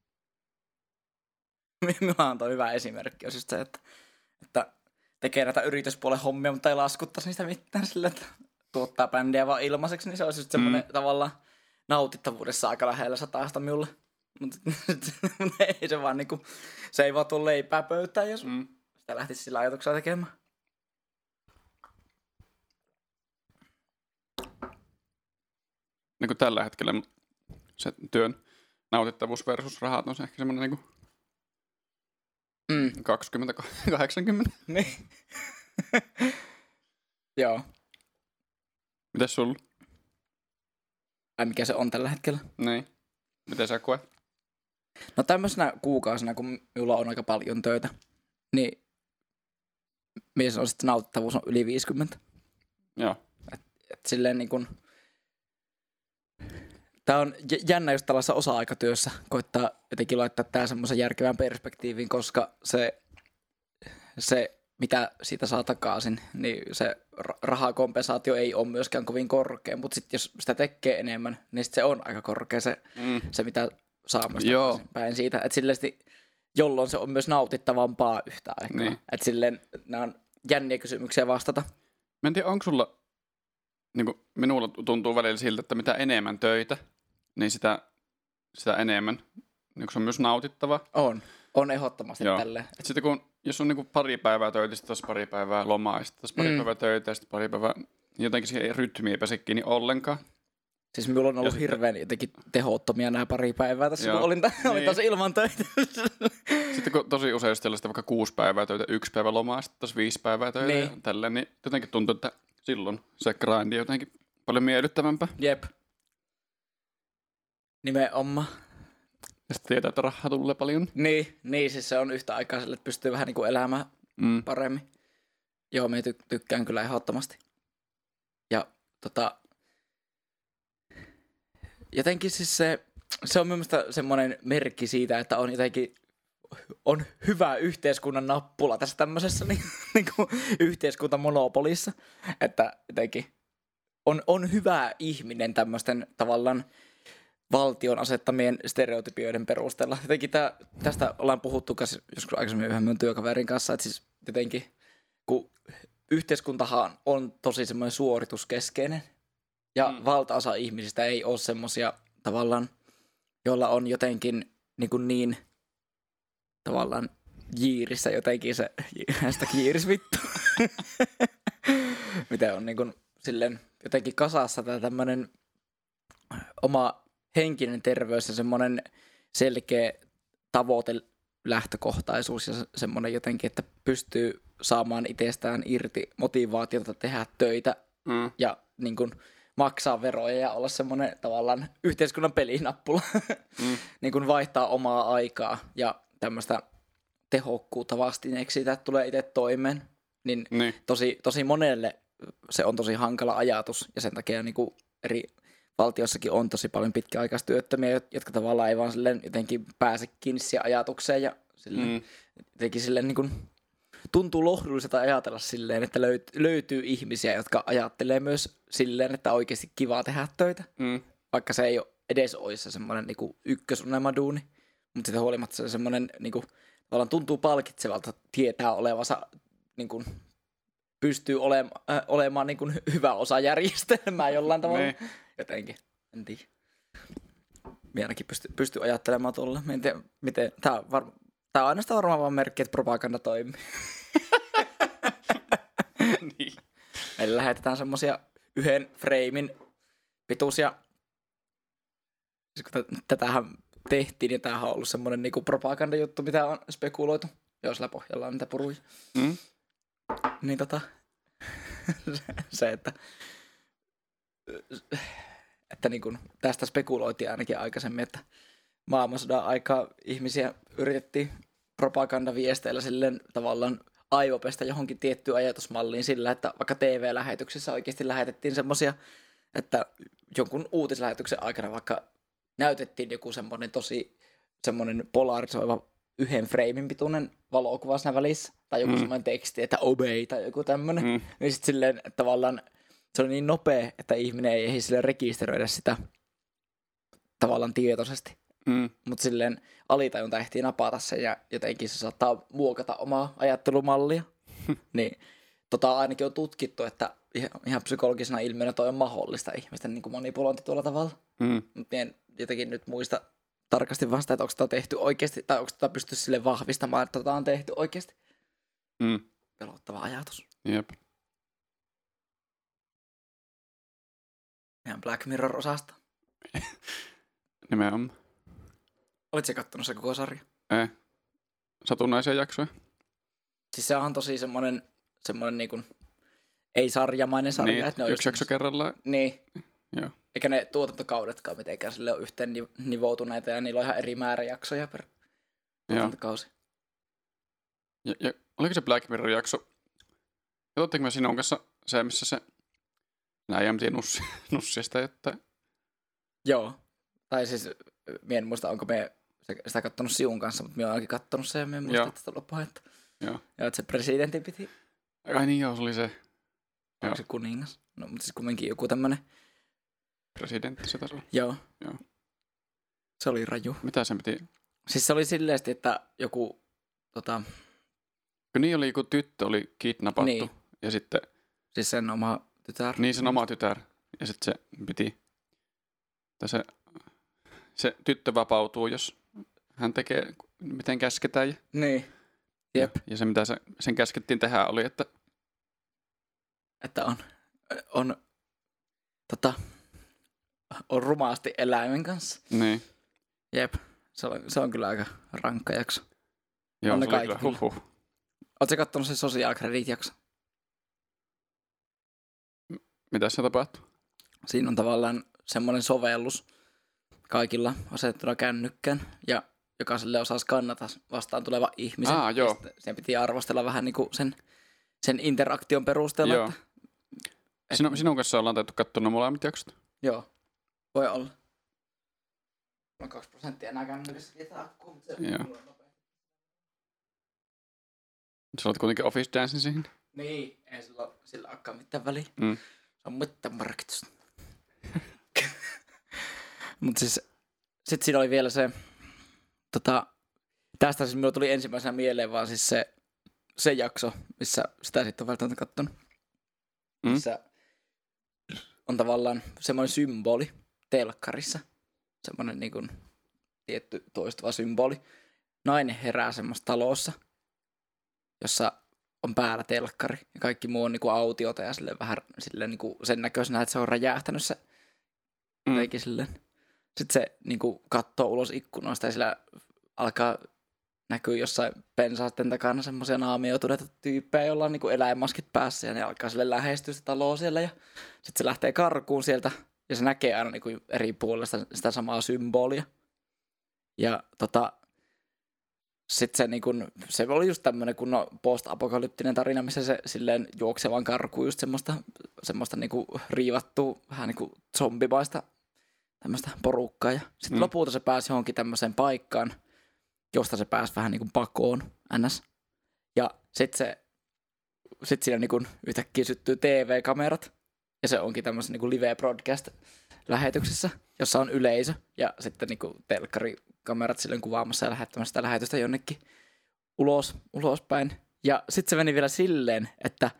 Minulla on toi hyvä esimerkki, on just se, että tekee näitä yrityspuolen hommia, mutta ei laskuttaisi niistä mitään sillä, että tuottaa bändiä vaan ilmaiseksi, niin se olisi just semmoinen tavallaan nautittavuudessa aika lähellä 100 minulle. Mutta ei se vaan niinku, se ei vaan tule leipää pöytään, jos sitä lähtisi sillä ajatuksella tekemään. Niin kuin tällä hetkellä se työn nautittavuus versus rahat on se ehkä semmoinen niinku 20-80. Niin. Joo. Mitäs sulla? ai mikä se on tällä hetkellä. Niin. Miten sä koet? No tämmöisenä kuukausina, kun minulla on aika paljon töitä, niin minä sanoisin, että nautittavuus on yli 50. Joo. Et silleen niin kuin, tää on jännä just tällaisessa osa-aikatyössä koittaa jotenkin laittaa tää semmoisen järkevään perspektiiviin, koska se mitä siitä saa takaisin, niin se rahakompensaatio ei ole myöskään kovin korkea, mutta sitten jos sitä tekee enemmän, niin sit se on aika korkea se mitä saa myös takaisin päin siitä. Että silleen, jolloin se on myös nautittavampaa yhtä aikaa. Niin. Että silleen nämä on jänniä kysymyksiä vastata. Mä en tiedä, onko sulla, niin kuin minulla tuntuu välillä siltä, että mitä enemmän töitä, niin sitä enemmän niin se on myös nautittava. On ehdottomasti tälleen. Et sitten jos on niin kuin pari päivää töitä, sitten taas pari päivää lomaa, sitten taas pari päivää töitä, sitten pari päivää, jotenkin siihen rytmi ei pääse kiinni ollenkaan. Siis minulla on ollut hirveän jotenkin tehottomia nämä pari päivää tässä, kun olin taas ilman töitä. Sitten kun tosi usein jos tällaista vaikka 6 päivää töitä, 1 päivä lomaa, sitten taas 5 päivää töitä ja tälleen, niin jotenkin tuntuu, että silloin se grindi on jotenkin paljon miellyttävämpää. Jep. Nimenomaan. Ja sitten tietää, että rahaa tulee paljon. Niin, siis se on yhtä aikaa sille, että pystyy vähän niin kuin elämään paremmin. Joo, me tykkään kyllä ehdottomasti. Ja jotenkin siis se on mielestäni semmoinen merkki siitä, että on jotenkin on hyvä yhteiskunnan nappula tässä tämmöisessä niin kuin yhteiskuntamonopolissa, että jotenkin on hyvä ihminen tämmöisten tavallaan valtion asettamien stereotypioiden perusteella. Jotenkin tästä ollaan puhuttu joskus aikaisemmin yhden minun työkaverin kanssa, että siis jotenkin kun yhteiskuntahan on tosi semmoinen suorituskeskeinen ja valtaosa ihmisistä ei ole semmoisia tavallaan, joilla on jotenkin niin tavallaan jiirissä jotenkin se jiirisvittu. Mitä on niin kuin silleen jotenkin kasassa tämä tämmöinen oma henkinen terveys ja semmoinen selkeä tavoite, lähtökohtaisuus ja semmoinen jotenkin, että pystyy saamaan itsestään irti motivaatiota tehdä töitä ja niin kuin maksaa veroja ja olla semmoinen tavallaan yhteiskunnan pelinappula. Niin kuin vaihtaa omaa aikaa ja tämmöistä tehokkuutta vastineeksi siitä, että tulee itse toimeen. Niin. Tosi monelle se on tosi hankala ajatus ja sen takia niin kuin eri valtiossakin on tosi paljon pitkäaikaistyöttömiä, jotka tavallaan ei vaan silleen jotenkin pääse kiinni siihen ajatukseen ja silleen, jotenkin silleen niin kuin tuntuu lohdulliselta ajatella silleen, että löytyy ihmisiä, jotka ajattelee myös silleen, että oikeasti kivaa tehdä töitä, vaikka se ei ole edes olisi se semmoinen niin kuin ykkösunelmaduuni, mutta sitten huolimatta se semmoinen niin kuin, tavallaan tuntuu palkitsevalta tietää olevansa niin kuin, pystyy olemaan niin kuin hyvä osa järjestelmää jollain tavalla. Jotenkin, en tiedä. Minä ainakin pysty ajattelemaan tuolla. En tiedä, miten. Tämä on ainoastaan varmaan vaan merkki, että propaganda toimii. Niin. Meille lähetetään semmosia yhden freimin pituisia. Siis kun tätähän tehtiin, niin tämähän on ollut semmoinen niinku propagandajuttu, mitä on spekuloitu. Joo, sillä pohjalla on niitä puruja. Niin se, että niin kuin tästä spekuloitiin ainakin aikaisemmin, että maailmansodan aikaa ihmisiä yritettiin propagandaviesteillä silleen tavallaan aivopestä johonkin tiettyyn ajatusmalliin sillä, että vaikka TV-lähetyksissä oikeasti lähetettiin semmoisia, että jonkun uutislähetyksen aikana vaikka näytettiin joku semmoinen polarisoiva yhden freimin pituinen valokuva siinä välissä, tai joku semmoinen teksti, että obey, tai joku tämmöinen, niin sitten silleen tavallaan se on niin nopea, että ihminen ei ehdi silleen rekisteröidä sitä tavallaan tietoisesti. Mutta silleen alitajunta ehtii napata sen ja jotenkin se saattaa muokata omaa ajattelumallia. Niin ainakin on tutkittu, että ihan psykologisena ilmiönä toi on mahdollista ihmisten niin kuin manipulointi tuolla tavalla. Mutta en jotenkin nyt muista tarkasti vasta, että onko tämä tehty oikeasti, tai onko tämä pysty sille vahvistamaan, että tämä on tehty oikeasti. Pelottava ajatus. Jep. Ihan Black Mirror-osasta. Nimenomaan. Olitko kattonut se koko sarja? Ei. Satunnaisia jaksoja. Siis se on tosi semmoinen niin kuin, ei sarjamainen sarja. Niin, että ne on yksi jakso kerrallaan. Niin, Joo. Eikä ne tuotantokaudetkaan mitenkään sille ole yhteen nivoutuneita ja niillä on ihan eri määrä jaksoja per tuotantokausi. Ja oliko se Black Mirror jakso? Katsotteko me sinun kanssa se, missä se äijä nussiasta jotain? Joo. Tai siis, mie en muista, onko me sitä kattonut siun kanssa, mutta mie oon ainakin kattonut sen ja mie en muista tästä loppuhaetta. Joo. Ja että se presidentin piti. Ai niin joo, se oli se. Onko se kuningas? No, mutta siis kumminkin joku tämmönen. Presidentti se taas on. Joo. Joo. Se oli raju. Mitä sen piti? Siis se oli silleen, että joku Kun niin oli joku tyttö oli kidnappattu. Niin. Ja sitten... Siis sen oma tytär. Niin sen oma tytär. Ja sitten se piti... Tai se tyttö vapautuu, jos hän tekee, miten käsketään. Niin. Jep. Ja se, mitä sen käskettiin tehdä, oli, että on rumaasti eläimen kanssa. niin. Jep. Se on kyllä aika rankka jakso. Joo, on se ne oli kaikki kyllä. Oletko kattonut sen Social Credit-jakso? Mitä se tapahtuu? Siinä on tavallaan semmoinen sovellus kaikilla asetettuna kännykkään ja jokaiselle osaa skannata vastaan tuleva ihmisen. Joo. Sen piti arvostella vähän niin kuin sen interaktion perusteella. Joo. Sinun kanssa ollaan täytyy katsoa ne molemmat jaksot. Joo, voi olla. On 2% enää kännykässä ketään akkua, mutta se Joo. on nopea. Sä olet kuitenkin Office Dancing siihen. Niin, ei sillä olekaan mitään väliä. Mm. Se on mitään merkitystä. Mutta siis, sit siinä oli vielä se, tästä siis minulla tuli ensimmäisenä mieleen vaan siis se jakso, missä sitä sitten on välttämättä kattonut. Missä on tavallaan semmoinen symboli telkkarissa. Semmoinen niin kuin tietty toistuva symboli. Nainen herää semmoista talossa, jossa on päällä telkkari ja kaikki muu on niin kuin autiota ja silleen vähän silleen niin kuin sen näköisenä, että se on räjähtänyt se jotenkin silleen. Sitten se niin kuin katsoo ulos ikkunoista ja sillä alkaa näkyy jossain pensaasten takana semmoisia naamioituneita tyyppejä, joilla on niin kuin eläinmaskit päässä ja ne alkaa sille lähestyä sitä taloa siellä ja sitten se lähtee karkuun sieltä ja se näkee aina niin kuin eri puolesta sitä samaa symbolia. Ja sitten se, niin kun, se oli just tämmöinen kunnon post-apokalyptinen tarina, missä se silleen juoksevan karkuun just semmoista niin kuin riivattua vähän niin kuin zombimaista tämmöistä porukkaa. Ja sitten lopulta se pääsi johonkin tämmöiseen paikkaan, josta se pääsi vähän niin kuin pakoon, ns. Ja sitten siinä niin kuin yhtäkkiä syttyy TV-kamerat. Ja se onkin tämmöisessä niin kuin live-broadcast-lähetyksessä, jossa on yleisö. Ja sitten niin kuin telkkarikamerat silleen kuvaamassa ja lähettämässä sitä lähetystä jonnekin ulospäin. Ja sitten se meni vielä silleen, että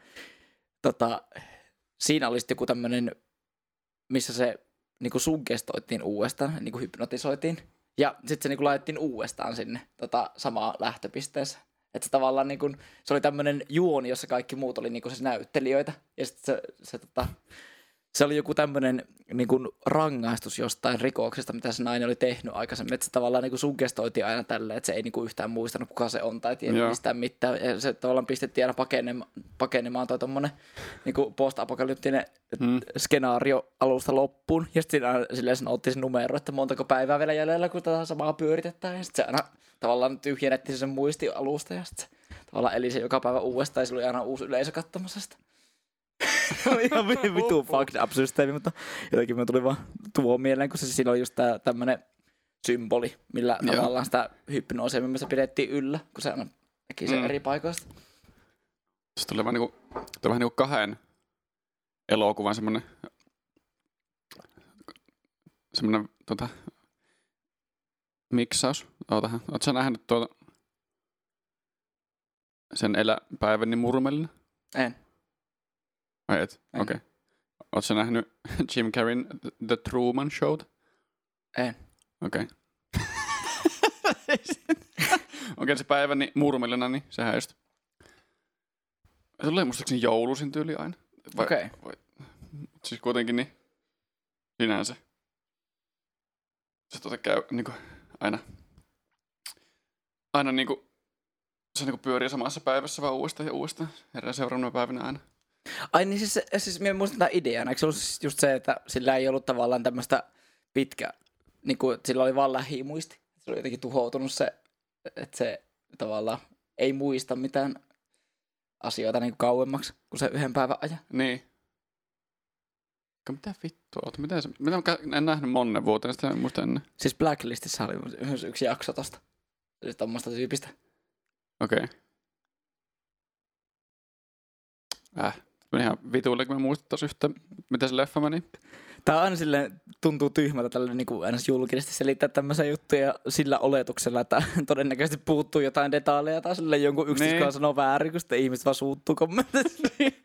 siinä oli sitten joku tämmöinen, missä se niin kuin suggestoitiin uudestaan, niin kuin hypnotisoitiin. Ja sitten se niin kuin laitettiin uudestaan sinne samaa lähtöpisteessä. Että se tavallaan niin kuin, se oli tämmöinen juoni, jossa kaikki muut oli niin kuin siis näyttelijöitä. Ja sitten se oli joku tämmöinen niin kuin rangaistus jostain rikoksesta, mitä se nainen oli tehnyt aikaisemmin. Että se tavallaan niin kuin suggestoitiin aina tälleen, että se ei niin kuin yhtään muistanut, kuka se on tai tiedä mistään mitään. Ja se tavallaan pistettiin aina pakenemaan toi tommonen niin kuin post-apokalyptinen skenaario alusta loppuun. Ja sitten silleen sanottiin se numero, että montako päivää vielä jäljellä, kun tätä samaa pyöritetään. Ja sitten se aina tavallaan tyhjennettiin sen muisti alusta ja sitten se tavallaan eli se joka päivä uudestaan ja sillä oli aina uusi yleisö katsomassa sitä. Ihan vitun fucked up systeemi, mutta jotenkin me tuli vaan tuo mieleen, kun siinä oli just tämmönen symboli, millä tavallaan sitä hypnoosia, missä pidettiin yllä, kun se aina näki sen eri paikoista. Se tuli vähän niinku kahden elokuvan semmonen miksaus. Ootahan, oot sä nähnyt sen Päiväni murmelina? En. Ai et? Okei. Okay. Oot sä nähnyt Jim Carreyn The Truman Show? En. Okei. Okei, se Päiväni murmelina, niin sehän just. Se tulee muistaakseni joulusin tyyli aina. Okei. Siis kuitenkin niin sinänsä. Se käy niinku aina niinku se niinku pyörii samassa päivässä vaan uudestaan ja uudestaan. Herää seuraavana päivänä aina. Ai niin siis minä muistan tämän idean. Eikö se ollut siis just se, että sillä ei ollut tavallaan tämmöistä niin kuin, sillä oli vaan lähimuisti. Se oli jotenkin tuhoutunut se, että se tavallaan ei muista mitään asioita niin kuin kauemmaksi kuin se yhden päivän ajan. Niin. Mitä vittua? En nähnyt monen vuoteen, sitä en muista ennen. Siis Blacklistissa oli myös yksi jakso tosta. Siis tommasta tyypistä. Okei. Meni ihan vituille, kun mä muistan yhtä, miten se leffa meni. Tää on aina silleen, tuntuu tyhmältä tälle niin kuin aina julkisesti selittää tämmöisiä juttuja sillä oletuksella, että todennäköisesti puuttuu jotain detaljeja tai silleen jonkun yksityiskohdan sanoo väärin, kun sitten ihmiset vaan suuttuu kommenteissa.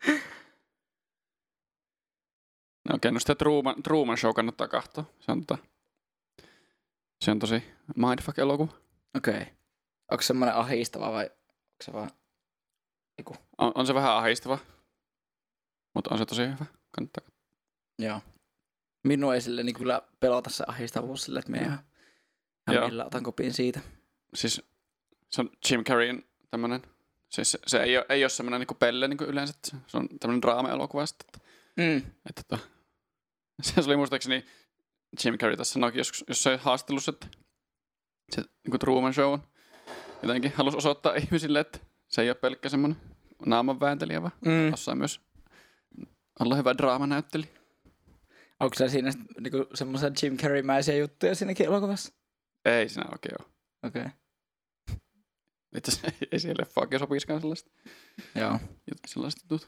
No okei, no sitten Truman Show kannattaa katsoa. Se on tosi mindfuck-elokuva. Okei. Onko se semmoinen ahistava vai onko se vaan joku? On se vähän ahistava, mutta on se tosi hyvä. Kannattaa katsoa. Joo. Minua ei silleen niin kyllä pelota se ahistavuus silleen, että me ihan millä otan kopin siitä. Siis se on Jim Carreyn tämmönen, siis se ei ole semmoinen niinku pelle niinku yleensä, se on tämmönen draama-elokuva sitten. Että se oli muistaakseni Jim Carrey tässä sanoikin jossain haastattelussa, että se niinku Truman Show on jotenkin halusi osoittaa ihmisille, että se ei ole pelkkä semmoinen naaman vääntelijä, vaan osaa myös olla hyvä draamanäyttelijä. Onko se siinä niinku semmoisia Jim Carrey-mäisiä juttuja siinäkin elokuvassa? Ei siinä oikein ole. Okei. Itse asiassa ei siellä leffaakin sopiskaan sellaista. Joo. Sellaiset jutut.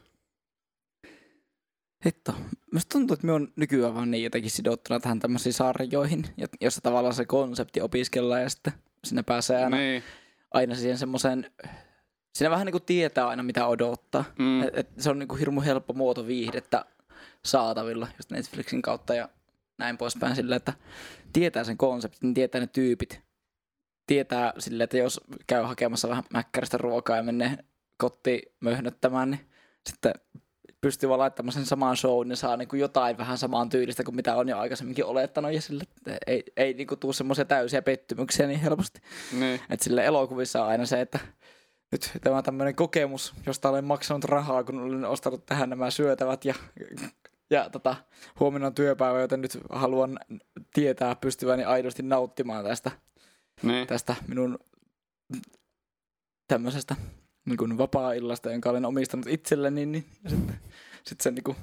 Hitto. Musta tuntuu, että me on nykyään vaan niin jotenkin sidottuna tähän tämmöisiin sarjoihin, jossa tavallaan se konsepti opiskellaan ja sitten sinne pääsee aina siihen semmoiseen, siinä vähän niin kuin tietää aina mitä odottaa. Et se on niin kuin hirmu helppo muoto viihdettä saatavilla just Netflixin kautta ja näin poispäin sillä, että tietää sen konseptin, tietää ne tyypit. Tietää sille, että jos käy hakemassa vähän mäkkäristä ruokaa ja menee kotiin möhnöttämään, niin sitten pystyy vaan laittamaan sen samaan shown ja saa niin kuin jotain vähän samaan tyylistä kuin mitä on jo aikaisemminkin olettanut ja sille, että ei niin kuin tule semmoisia täysiä pettymyksiä niin helposti. Niin. Että sille elokuvissa on aina se, että nyt tämä tämmöinen kokemus, josta olen maksanut rahaa, kun olen ostanut tähän nämä syötävät ja huomenna on työpäivä, joten nyt haluan tietää pystyväni aidosti nauttimaan tästä minun tämmöisestä niin kuin vapaa-illasta, jonka olen omistanut itselleni, niin sitten se niinku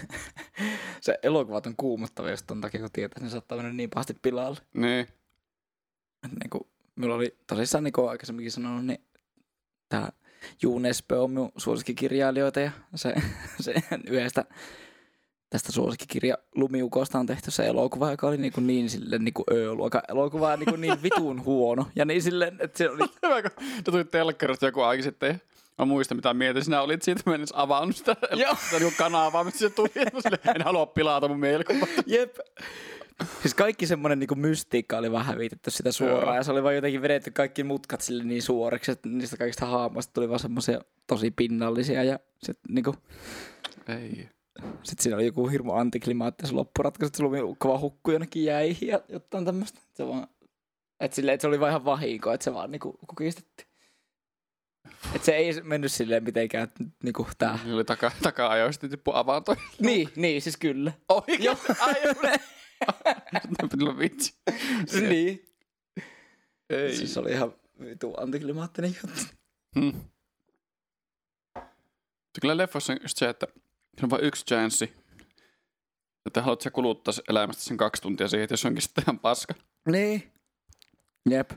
se elokuvat on kuumottavia just ton takia, kun tietää, että ne saattaa mennä niin pahasti pilalle. Niin. Niinku, minulla oli tosissaan, niin kuin aikaisemminkin sanonut, niin tää Juun Espö on minun suosikkikirjailijoita ja se yhdestä tästä suosikkikirja Lumiukosta on tehty se elokuva, joka oli niin silleen niinku Ö-luokan elokuva niin vitun huono. Ja niin silleen, että se oli Hyvä, kun te tulit telkkarista joku aika sitten ja mä muistan mitä mietin. Sinä olit siitä mennessä avannut sitä niinku kanavaa, mistä se tuli. En halua pilata mun mielikuvaa. Jep. Siis kaikki semmonen niinku mystiikka oli vähän hävitetty sitä suoraan. Ja se oli vaan jotenkin vedetty kaikki mutkat sille niin suoreksi, että niistä kaikista haamoista tuli vaan semmosia tosi pinnallisia. Ja sit niinku Ei. Sitten siinä oli joku hirmu antiklimaattinen loppuratkaisu, että se oli kova hukku jonnekin jäihin ja jotain tämmöistä. Se vaan, että se oli vaan ihan vahinko, että se vaan niinku kukistettiin. Että se ei mennyt silleen mitenkään niinku tää. Niin oli taka-ajoista tippu avaantoi. Niin, siis kyllä. Oikein? Joo. Aivan. Piti olla vitsi. Niin. Ei. Siis oli ihan vitu antiklimaattinen juttu. Kyllä leffossa on just se, että se on vain yksi chanssi. Että haluat sä kuluttaa elämästä sen 2 tuntia siihen, että jos onkin sitten ihan paska. Niin. Jep.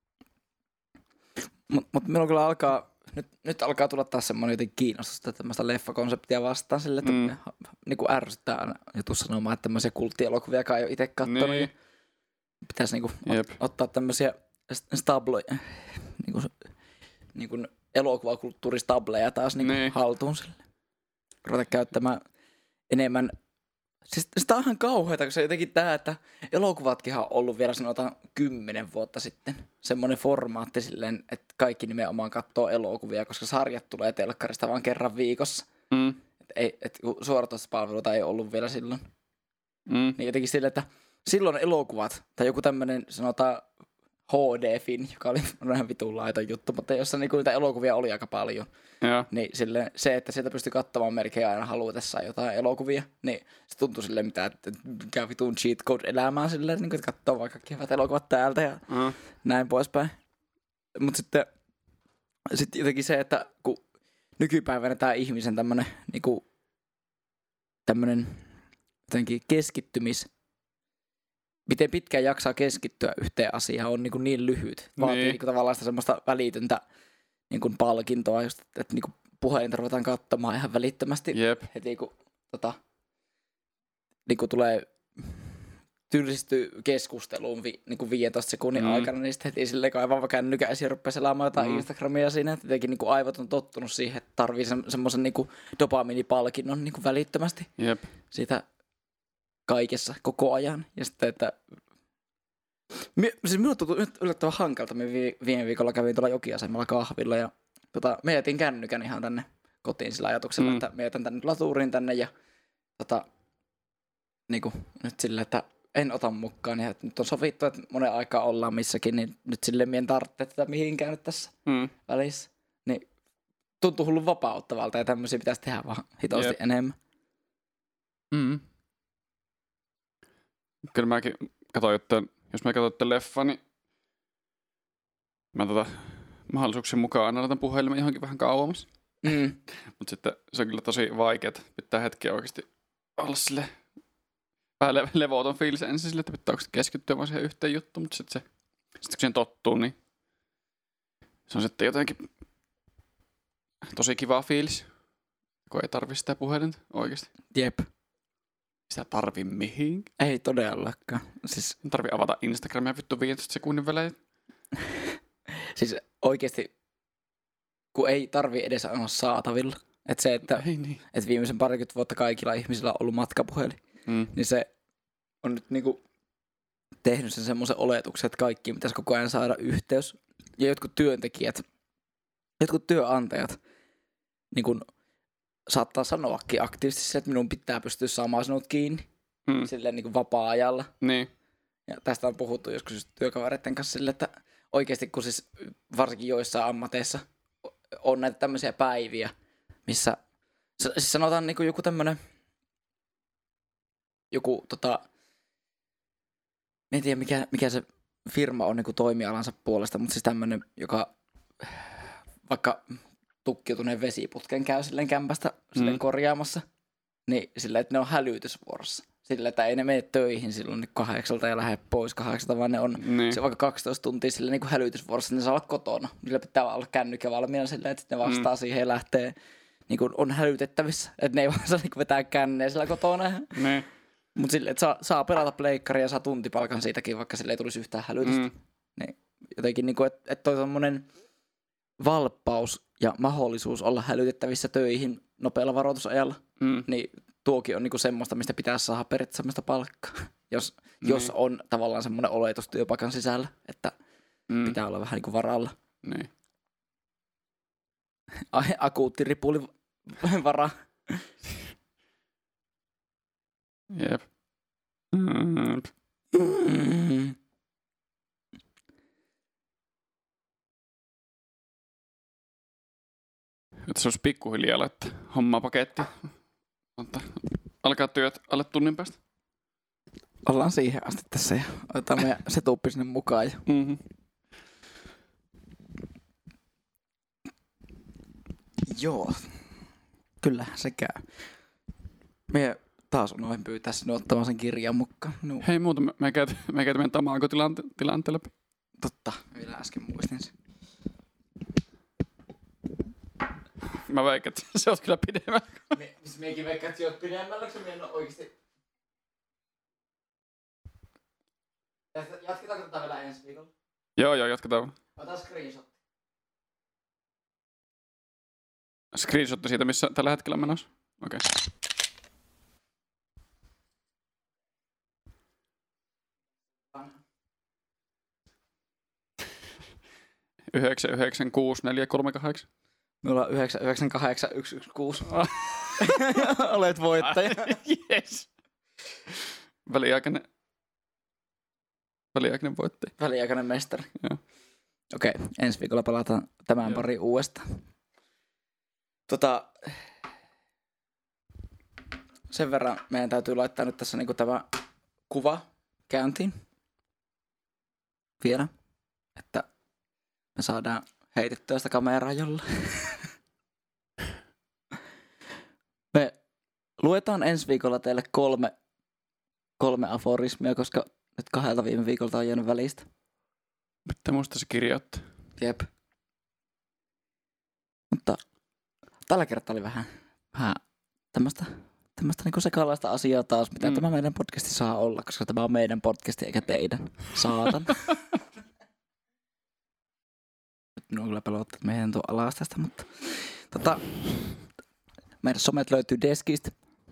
Mut minulla kyllä nyt alkaa tulla taas semmoinen jotenkin kiinnostusta tämmöistä leffakonseptia vastaan sille, että niinku ärsyttää aina joutua sanomaan, että tämmöisiä kulttielokuviakaan ei ole itse kattonut. Niin. Pitäisi niinku ottaa tämmöisiä niinku elokuvakulttuuristableja taas niinku haltuun sille. Ruveta käyttämään enemmän. Siis sitä on ihan kauheata, kun se jotenkin tää, että elokuvatkinhan on ollut vielä sanotaan 10 vuotta sitten. Semmoinen formaatti silleen, että kaikki nimenomaan katsoo elokuvia, koska sarjat tulee telkkarista vaan kerran viikossa. Et suoratoistopalveluita ei ollut vielä silloin. Niin jotenkin silleen, että silloin elokuvat tai joku tämmöinen sanotaan HD-fin, joka oli ihan vitun laiton juttu, mutta jossa niinku niitä elokuvia oli aika paljon. Joo. Niin silleen, se, että sieltä pystyi katsomaan melkein aina halutessaan jotain elokuvia, niin se tuntui silleen mitä, että mikä vitun cheat code elämään silleen, että katsoo vaikka hyvät elokuvat täältä ja näin poispäin. Mutta sitten jotenkin se, että kun nykypäivänä tämä ihmisen tämmönen niinku tämmönen jotenkin miten pitkään jaksaa keskittyä yhteen asiaan on niin lyhyt. Vaatii niin tavallaan sitä semmoista välitöntä niin palkintoa, just, että niin puhelinta ruvetaan katsomaan ihan välittömästi. Jep. Heti kun niin tulee tylsistyy keskusteluun niin 15 sekunnin aikana, niin sitten heti silleen kaivaa kännykän esiin ja rupeaa selaamaan jotain Instagramia siinä. Että jotenkin niin aivot on tottunut siihen, että tarvii semmoisen niin dopamiinipalkinnon niin välittömästi. Jep. Siitä kaikessa koko ajan. Ja sitten, että siis minulle tuntui yllättävän hankalta. Me viime viikolla kävin tuolla Jokiasemalla kahvilla ja me jätin kännykän ihan tänne kotiin sillä ajatuksella, että me jätän tänne laturiin tänne ja niinku, nyt silleen, että en ota mukaan. Ja nyt on sovittu, että monen aikaa ollaan missäkin, niin nyt silleen mien tarvitse tätä mihinkään nyt tässä välissä. Niin tuntuu hullun vapauttavalta ja tämmöisiä pitäisi tehdä vaan hitosti enemmän. Kyllä mäkin katsoin, että jos mä katsoin leffa, niin mä mahdollisuuksien mukaan aina laitan puhelimen johonkin vähän kauemmas. Mutta sitten se on kyllä tosi vaikeaa, pitää hetkeä oikeasti olla sille vähän levoton fiilis ensin sille, että pitää oikeasti keskittyä vaan siihen yhteen juttuun, mutta sitten kun siihen tottuu, niin se on sitten jotenkin tosi kiva fiilis, kun ei tarvi sitä puhelinta oikeasti. Jep. Sitä tarvii mihin? Ei todellakaan. Siis tarvii avata Instagramia vittu 15 sekunnin välein. Siis oikeesti, kun ei tarvii edes olla saatavilla. Että se, että viimeisen 20 vuotta kaikilla ihmisillä on ollut matkapuhelin, niin se on nyt niinku tehnyt sen semmoisen oletuksen, että kaikkiin pitäisi koko ajan saada yhteys. Ja jotkut työntekijät, jotkut työnantajat niin kun saattaa sanoakin aktiivisesti se, että minun pitää pystyä saamaan sinut kiinni silleen niin kuin vapaa-ajalla. Niin. Ja tästä on puhuttu joskus just työkavereiden kanssa silleen, että oikeasti kun siis varsinkin joissain ammateissa on näitä tämmöisiä päiviä, missä siis sanotaan niin kuin joku tämmönen en tiedä mikä se firma on niin kuin toimialansa puolesta, mutta siis tämmönen, joka vaikka tukkiutuneen vesiputken käy silleen kämpästä silleen korjaamassa, niin silleen, että ne on hälytysvuorossa. Silleen, että ei ne mene töihin silloin niin 8 ja lähde pois 8, vaan ne on se vaikka 12 tuntia silleen niin kuin hälytysvuorossa, niin ne saa olla kotona. Niillä pitää olla kännykkä valmiina silleen, että ne vastaa siihen ja lähtee, niin kuin on hälytettävissä. Että ne ei vaan saa niin kuin vetää kännejä sillä kotona. Mutta silleen, että saa pelata pleikkaria ja saa tuntipalkan siitäkin, vaikka sille ei tulisi yhtään hälytystä. Niin jotenkin, niin kuin, että toi tommonen valppaus ja mahdollisuus olla hälytettävissä töihin nopealla varoitusajalla, niin tuokin on niinku semmoista, mistä pitää saada periaatteessa semmoista palkkaa, jos on tavallaan semmoinen oletus työpaikan sisällä, että pitää olla vähän niinku varalla. Niin. Akuutti ripuli vara. Jep. Että se olisi pikkuhiljaa laittaa hommaa paketti. Mutta alkaa työt alle tunnin päästä. Ollaan siihen asti tässä ja otetaan meidän setuppi sinne mukaan. Ja joo, kyllä se käy. Me taas unohdin pyytää sinua ottamaan sen kirjan mukaan. No. Hei muuta, me käytiin meidän Tamago-tilanteen läpi. Totta, vielä äsken muistin sen. Mä veikkaan, että se oot kyllä pidemmällä. Mekin veikkaan, että se oot pidemmällä, kun meidän on oikeesti. Jatketaanko tätä vielä ensi viikolla? Joo, jatketaan. Otan screenshot. Screenshotti siitä, missä tällä hetkellä on menossa? Okei. Okay. 996 Minulla on 998 116. Olet voittaja. Yes. Väliaikainen Väliaikainen voittaja. Väliaikainen mestari. Joo. Okei, ensi viikolla palataan tämän pari uudestaan. Sen verran meidän täytyy laittaa nyt tässä niinku tämä kuva käyntiin. Vielä. Että me saadaan heitettyä sitä kameraa jolla. Me luetaan ensi viikolla teille kolme aforismia, koska nyt 2 viime viikolta on jäänyt välistä. Pitää muistaa se kirjoittaa. Jep. Mutta tällä kertaa oli vähän tämmöistä niinku sekalaista asiaa taas, mitä tämä meidän podcasti saa olla, koska tämä on meidän podcasti eikä teidän. Saatan. Nyt minua kyllä pelottaa, että meidän tuo alas tästä, mutta meidän somet löytyy Deskistä.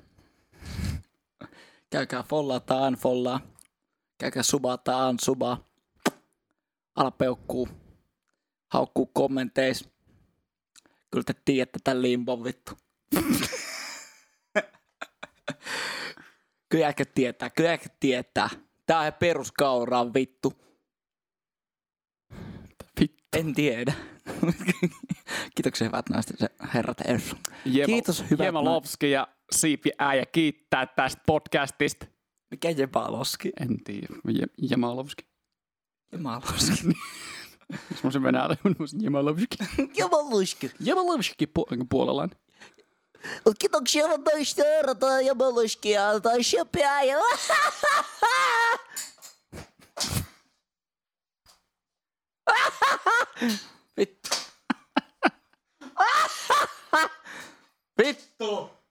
Käykää follaa. Käykää subaa. Ala peukkuu. Haukkuu kommenteis. Kyllä te tiedätte tän limbon vittu. Kyllä tietää. Tää on peruskauraa vittu. En tiedä. Kiitoksia hyvät naiset ja herrat. Kiitos hyvät Jemalovski ja Siipi Äijä kiittää tästä podcastista. Mikä Jemalovski? En tiedä. Jemalovski. Semmoisen venäläinen, Jemalovski. Jemalovski puolelainen. Kiitoksia tästä herrata Jemalovskia tai Siipi Äijä. Vittu.